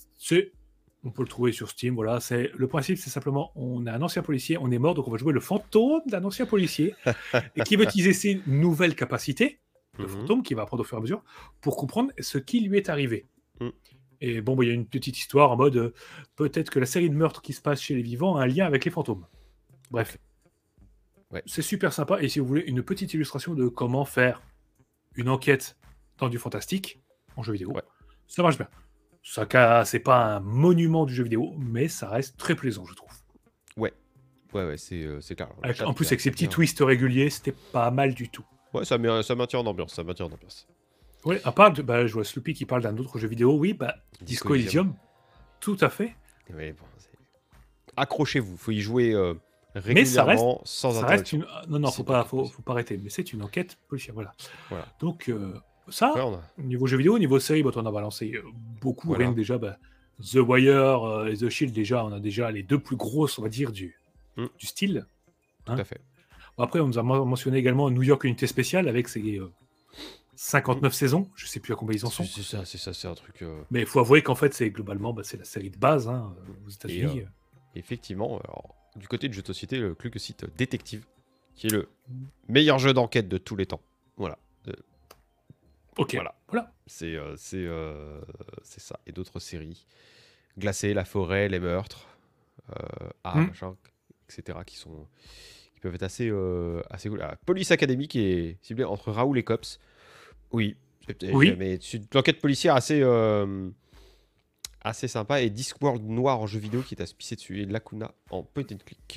B: On peut le trouver sur Steam, voilà. Le principe, c'est simplement, on a un ancien policier, on est mort, donc on va jouer le fantôme d'un ancien policier et qui veut utiliser ses nouvelles capacités de fantôme, qui va apprendre au fur et à mesure, pour comprendre ce qui lui est arrivé. Et bon, il y a une petite histoire en mode, peut-être que la série de meurtres qui se passe chez les vivants a un lien avec les fantômes. Bref.
A: Ouais.
B: C'est super sympa, et si vous voulez une petite illustration de comment faire une enquête dans du fantastique en jeu vidéo, ça marche bien. C'est pas un monument du jeu vidéo, mais ça reste très plaisant, je trouve.
A: Ouais, c'est clair.
B: En plus, avec ces petits twists réguliers, c'était pas mal du tout.
A: Ouais, ça maintient en ambiance,
B: Ouais, à part, je vois Sloopy qui parle d'un autre jeu vidéo, oui, Disco Elysium, tout à fait.
A: Ouais, bon, accrochez-vous, faut y jouer régulièrement,
B: mais ça reste,
A: sans
B: ça reste une... Non, faut pas arrêter, mais c'est une enquête policière, voilà. Donc, ça, au niveau jeu vidéo, au niveau série, on en a balancé beaucoup, rien que déjà, The Wire et The Shield, déjà, on a déjà les 2 plus grosses, on va dire, du style.
A: Tout à fait.
B: Bon, après, on nous a mentionné également New York Unité Spéciale avec ses 59 saisons, je sais plus à combien ils en sont.
A: C'est ça, c'est un truc...
B: Mais il faut avouer qu'en fait, c'est globalement, c'est la série de base aux États-Unis.
A: Effectivement, alors, du côté de jeu de société, le site Détective, qui est le meilleur jeu d'enquête de tous les temps. Voilà.
B: Ok, voilà.
A: C'est ça. Et d'autres séries. Glacé, La Forêt, Les Meurtres, machin, etc. qui peuvent être assez cool. La Police Academy qui est ciblée entre Raoul et Cops. Oui. Mais c'est une enquête policière assez assez sympa. Et Discworld Noir en jeu vidéo qui est à se pisser dessus. Et Lacuna en point and click.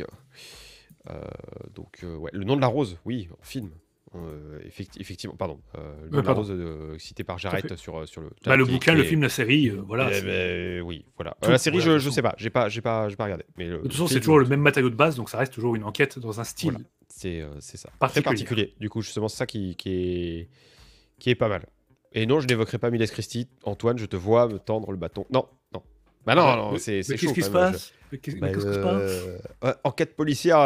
A: Donc, ouais. Le nom de la rose, oui, en film. Effectivement, pardon. Le nom de la
B: Pardon.
A: rose cité par
B: Tout à
A: Jarrett
B: fait.
A: sur le
B: Bah,
A: chat,
B: le
A: qui
B: bouquin,
A: qui
B: le
A: est.
B: film, la série, voilà.
A: Oui, voilà.
B: Tout,
A: La série,
B: voilà, de
A: je
B: toute
A: sais pas. J'ai pas regardé. Mais
B: de
A: le
B: toute façon, c'est
A: film,
B: toujours le même matériau de base, donc ça reste toujours une enquête dans un
A: voilà.
B: style
A: C'est ça. Très
B: particulier.
A: particulier. Du coup, justement, c'est ça qui est pas mal. Et non, je n'évoquerai pas Miles Christie. Antoine, je te vois me tendre le bâton. Non, non. Bah non,
B: Bah,
A: non, c'est
B: mais
A: chaud
B: qu'est-ce qui
A: quand
B: se
A: même.
B: passe? Mais
A: Bah,
B: qu'est-ce qui se passe?
A: ouais, enquête policière.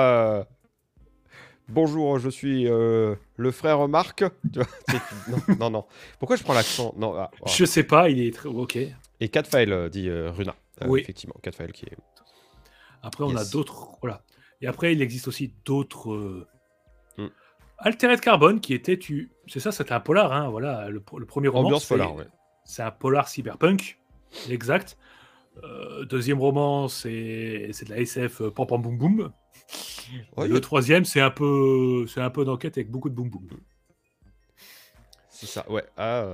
A: Bonjour, je suis le frère Marc. Tu vois, non, non, non. Pourquoi je prends l'accent? Non.
B: Je sais pas, il est très... Ok.
A: Et Catfael, dit Runa.
B: Oui.
A: Effectivement, Catfael qui est.
B: Après, on a
A: Yes.
B: d'autres... Voilà. Et après, il existe aussi d'autres...
A: Mm.
B: Altered Carbone, qui était... C'est ça, c'était un polar, hein, voilà. Le premier roman,
A: Ambiance polar, ouais.
B: c'est un polar cyberpunk, exact. Deuxième roman, c'est de la SF pam pam boum boum.
A: Ouais,
B: Le troisième, c'est un peu d'enquête avec beaucoup de boum boum.
A: c'est ça, ouais.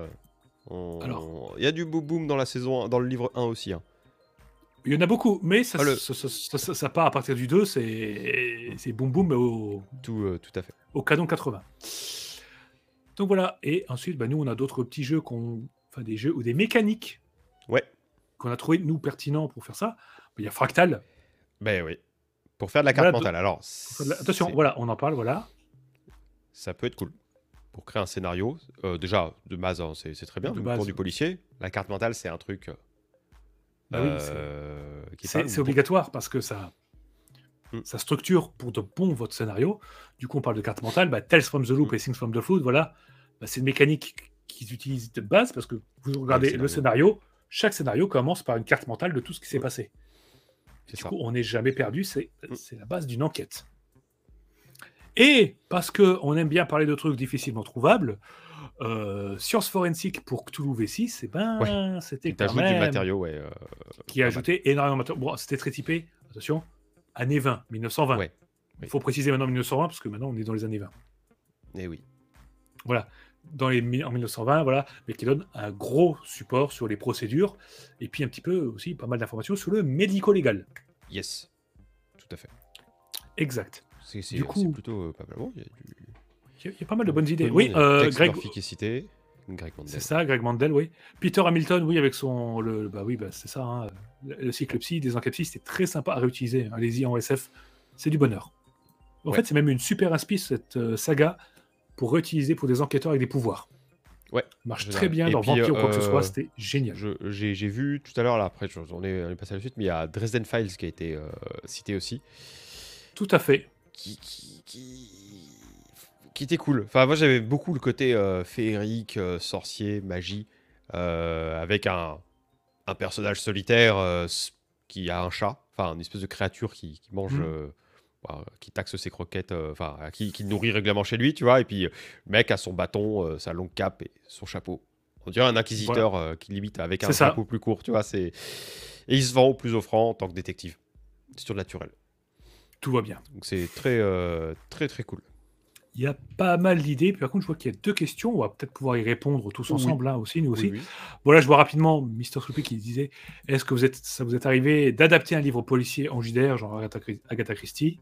B: Alors,
A: il y a du boum boum dans la saison, dans le livre 1 aussi. Hein.
B: il y en a beaucoup, mais ça,
A: Ah,
B: ça part à partir du 2, c'est boum boum
A: tout à fait.
B: au canon 80. Donc voilà, et ensuite, bah, nous, on a d'autres petits jeux, enfin des jeux ou des mécaniques
A: Ouais,
B: qu'on a trouvé, nous, pertinents pour faire ça. Il y a Fractal.
A: ben oui. Pour faire de la carte
B: Voilà,
A: mentale. Alors,
B: attention, voilà, on en parle, voilà.
A: ça peut être cool. Pour créer un scénario, déjà, de base, hein, c'est très bien.
B: De
A: Même
B: base.
A: pour du policier. La carte mentale, c'est un truc
B: Bah oui,
A: qui est pas
B: c'est obligatoire parce que ça structure pour de bons votre scénario. Du coup, on parle de carte mentale. Bah, Tales from the Loop et Things from the Flood, voilà. Bah, c'est une mécanique qu'ils utilisent de base parce que vous regardez le scénario. Chaque scénario commence par une carte mentale de tout ce qui s'est passé. Du coup, on n'est jamais perdu. C'est la base d'une enquête. Et parce qu'on aime bien parler de trucs difficilement trouvables, Science Forensic pour Cthulhu V6, eh ben, c'était quand même...
A: du matériau, ouais.
B: Qui a ajouté énormément de matériau. Bon, c'était très typé, attention, années 20, 1920.
A: Ouais.
B: Il faut préciser maintenant 1920, parce que maintenant, on est dans les années 20.
A: Eh oui.
B: Voilà. En 1920, voilà, mais qui donne un gros support sur les procédures, et puis un petit peu aussi pas mal d'informations sur le médico-légal.
A: Yes. Tout à fait.
B: Exact.
A: C'est
B: coup,
A: plutôt pas mal. Bon,
B: il y a pas mal de bonnes idées.
A: Oui,
B: Greg
A: Murphy qui est cité. Greg Mandel.
B: C'est ça, Greg Mandel, oui. Peter Hamilton, oui, avec son... c'est ça, hein, le cycle psy, des enquêtes psy, c'était très sympa à réutiliser. Allez-y en SF, c'est du bonheur. En fait, c'est même une super inspi, cette saga, pour réutiliser pour des enquêteurs avec des pouvoirs.
A: Ouais.
B: Marche très bien dans Vampire ou quoi que ce soit, c'était génial.
A: J'ai vu tout à l'heure, là, après, on est passé à la suite, mais il y a Dresden Files qui a été cité aussi.
B: Tout à fait.
A: Qui était cool. Enfin, moi, j'avais beaucoup le côté féerique, sorcier, magie, avec un personnage solitaire qui a un chat, enfin, une espèce de créature qui mange... qui taxe ses croquettes, enfin, qui nourrit régulièrement chez lui, tu vois, et puis le mec a son bâton, sa longue cape et son chapeau. On dirait un inquisiteur qui limite avec un chapeau plus court, tu vois, et il se vend au plus offrant en tant que détective. C'est surnaturel.
B: Tout va bien.
A: Donc c'est très, très, très cool.
B: Il y a pas mal d'idées. Par contre, je vois qu'il y a 2 questions. On va peut-être pouvoir y répondre tous ensemble, là aussi, nous aussi.
A: Oui.
B: Voilà, je vois rapidement Mr. Sloopy qui disait est-ce que ça vous est arrivé d'adapter un livre policier en JDR, genre Agatha Christie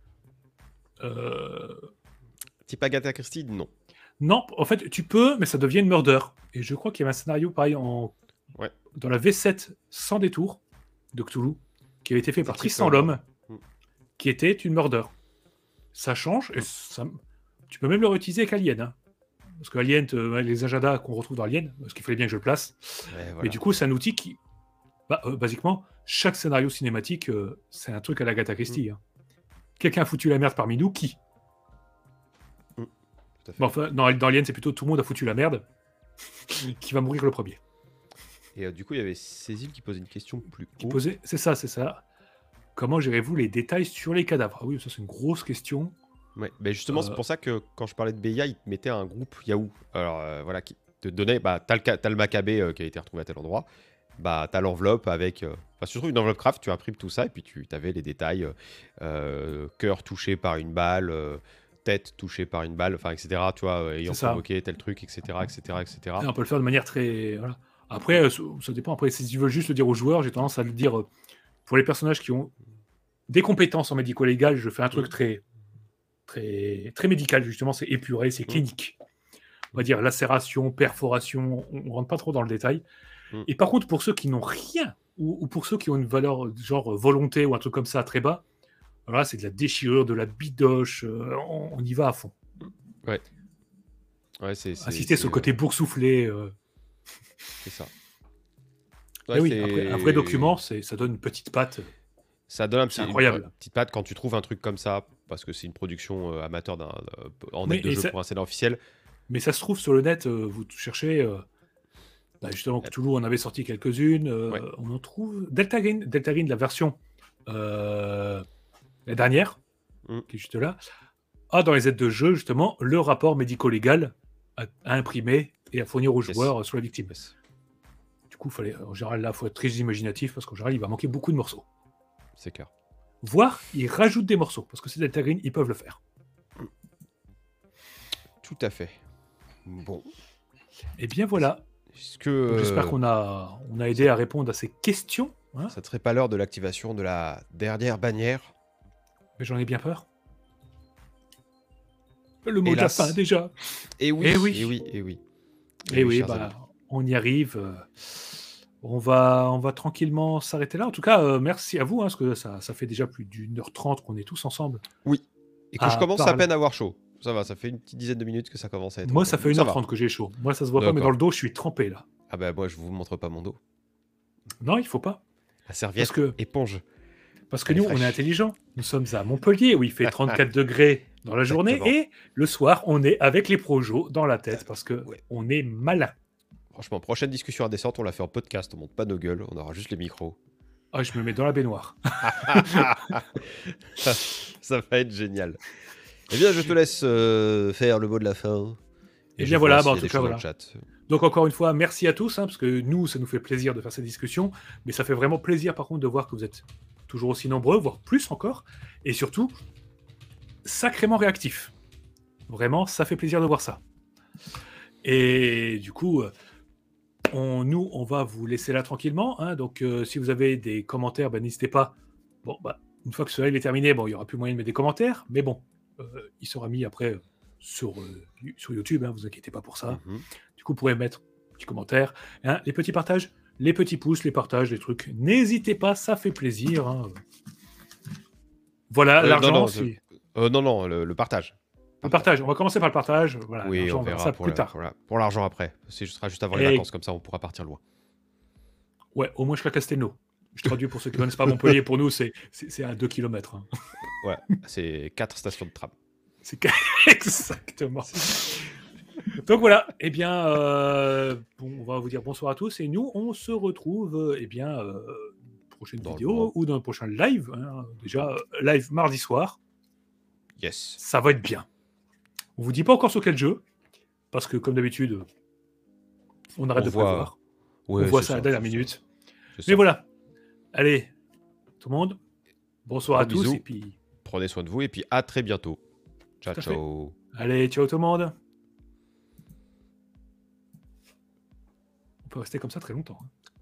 A: Type Agatha Christie, non.
B: Non, en fait, tu peux, mais ça devient une murder. Et je crois qu'il y avait un scénario pareil dans la V7 sans détour de Cthulhu, qui avait été fait par Tristan Lhomme, qui était une murder. Ça change, et tu peux même le réutiliser avec Alien. Hein. Parce que Alien, les agendas qu'on retrouve dans Alien, parce qu'il fallait bien que je le place. Voilà. Mais du coup, c'est un outil qui, basiquement, chaque scénario cinématique, c'est un truc à l'Agatha Christie. Hein. Quelqu'un a foutu la merde parmi nous, qui bon, enfin, dans Alien, c'est plutôt tout le monde a foutu la merde, qui va mourir le premier.
A: Et du coup, il y avait Cécile qui posait une question plus haut.
B: C'est ça. Comment gérez-vous les détails sur les cadavres? Ah oui, ça c'est une grosse question.
A: Ouais, mais justement, c'est pour ça que quand je parlais de BIA, il te mettait un groupe Yahoo. Alors voilà, qui te donnait, t'as le Maccabée qui a été retrouvé à tel endroit. T'as l'enveloppe avec. Enfin, si tu trouves une enveloppe craft, tu imprimes tout ça et puis tu avais les détails. Cœur touché par une balle, tête touchée par une balle, enfin, etc. Tu vois, ayant provoqué tel truc, etc.
B: Et on peut le faire de manière très. Voilà. Après, ça dépend. Après, si tu veux juste le dire aux joueurs, j'ai tendance à le dire pour les personnages qui ont des compétences en médico-légal, je fais un truc très, très médical, justement, c'est épuré, c'est clinique. On va dire lacération, perforation, on ne rentre pas trop dans le détail. Et par contre, pour ceux qui n'ont rien, ou pour ceux qui ont une valeur genre volonté ou un truc comme ça très bas, alors là, c'est de la déchirure, de la bidoche, on y va à fond.
A: Ouais. Ouais,
B: Insister sur le côté boursouflé.
A: C'est ça.
B: Ouais, oui, après, un vrai document, ça donne une petite patte.
A: Ça donne
B: incroyable.
A: Une petite patte quand tu trouves un truc comme ça, parce que c'est une production amateur en net de jeu pour un scénario officiel.
B: Mais ça se trouve sur le net, vous cherchez... justement, Cthulhu en avait sorti quelques-unes. On en trouve... Deltarune, la version la dernière, qui est juste là, a dans les aides de jeu, justement, le rapport médico-légal à imprimer et à fournir aux joueurs sur la victime. Du coup, en général, là, il faut être très imaginatif, parce qu'en général, il va manquer beaucoup de morceaux.
A: C'est clair.
B: Voire, ils rajoutent des morceaux, parce que c'est Deltarune, ils peuvent le faire.
A: Tout à fait. Bon.
B: Et bien voilà. J'espère qu'on a aidé à répondre à ces questions. Hein.
A: Ça ne serait pas l'heure de l'activation de la dernière bannière?
B: Mais j'en ai bien peur. Le mot de la fin, déjà.
A: Et oui.
B: On y arrive. On va tranquillement s'arrêter là. En tout cas, merci à vous, parce que ça fait déjà plus d'1h30 qu'on est tous ensemble.
A: Oui. Et que je commence à peine à avoir chaud. Ça va, ça fait une petite dizaine de minutes que ça commence à être...
B: Moi, ça fait 1h30 que j'ai chaud. Moi, ça se voit pas, mais dans le dos, je suis trempé, là.
A: Ah bah, moi, je vous montre pas mon dos.
B: Non, il faut pas.
A: La serviette, éponge.
B: Parce que nous, on est intelligents. Nous sommes à Montpellier, où il fait 34 degrés dans la journée, et le soir, on est avec les projos dans la tête, parce que on est malin.
A: Franchement, prochaine discussion indécente, on la fait en podcast, on monte pas nos gueules, on aura juste les micros.
B: Ah, je me mets dans la baignoire.
A: ça va être génial. Eh bien, je te laisse faire le mot de la fin.
B: Et bien voilà, en tout cas, voilà. Donc encore une fois, merci à tous, parce que nous, ça nous fait plaisir de faire cette discussion, mais ça fait vraiment plaisir par contre de voir que vous êtes toujours aussi nombreux, voire plus encore, et surtout, sacrément réactifs. Vraiment, ça fait plaisir de voir ça. Et du coup, on va vous laisser là tranquillement, donc si vous avez des commentaires, n'hésitez pas. Bon, une fois que ce live est terminé, il n'y aura plus moyen de mettre des commentaires, mais bon, il sera mis après sur YouTube, vous inquiétez pas pour ça. Du coup, vous pourrez mettre des petits commentaires, les petits partages, les petits pouces, les partages, les trucs. N'hésitez pas, ça fait plaisir. Voilà, l'argent.
A: Non, le partage.
B: Le partage, on va commencer par le partage. Voilà,
A: oui, on verra ça plus tard. Pour l'argent après. Ce sera juste avant les vacances, comme ça on pourra partir loin.
B: Ouais, au moins jusqu'à Castelnau. Je traduis pour ceux qui ne connaissent pas Montpellier, pour nous c'est à 2 km.
A: Ouais, c'est 4 stations de tram.
B: C'est exactement. Donc voilà, eh bien, on va vous dire bonsoir à tous, et nous, on se retrouve, prochaine vidéo, ou dans le prochain live, déjà, live mardi soir.
A: Yes.
B: Ça va être bien. On vous dit pas encore sur quel jeu, parce que comme d'habitude, on arrête de prévoir. Ouais, on voit ça à la dernière minute. Mais voilà. Allez, tout le monde, bonsoir à tous, et puis...
A: Prenez soin de vous, et puis à très bientôt. Ciao, ciao.
B: Allez, ciao tout le monde. On peut rester comme ça très longtemps.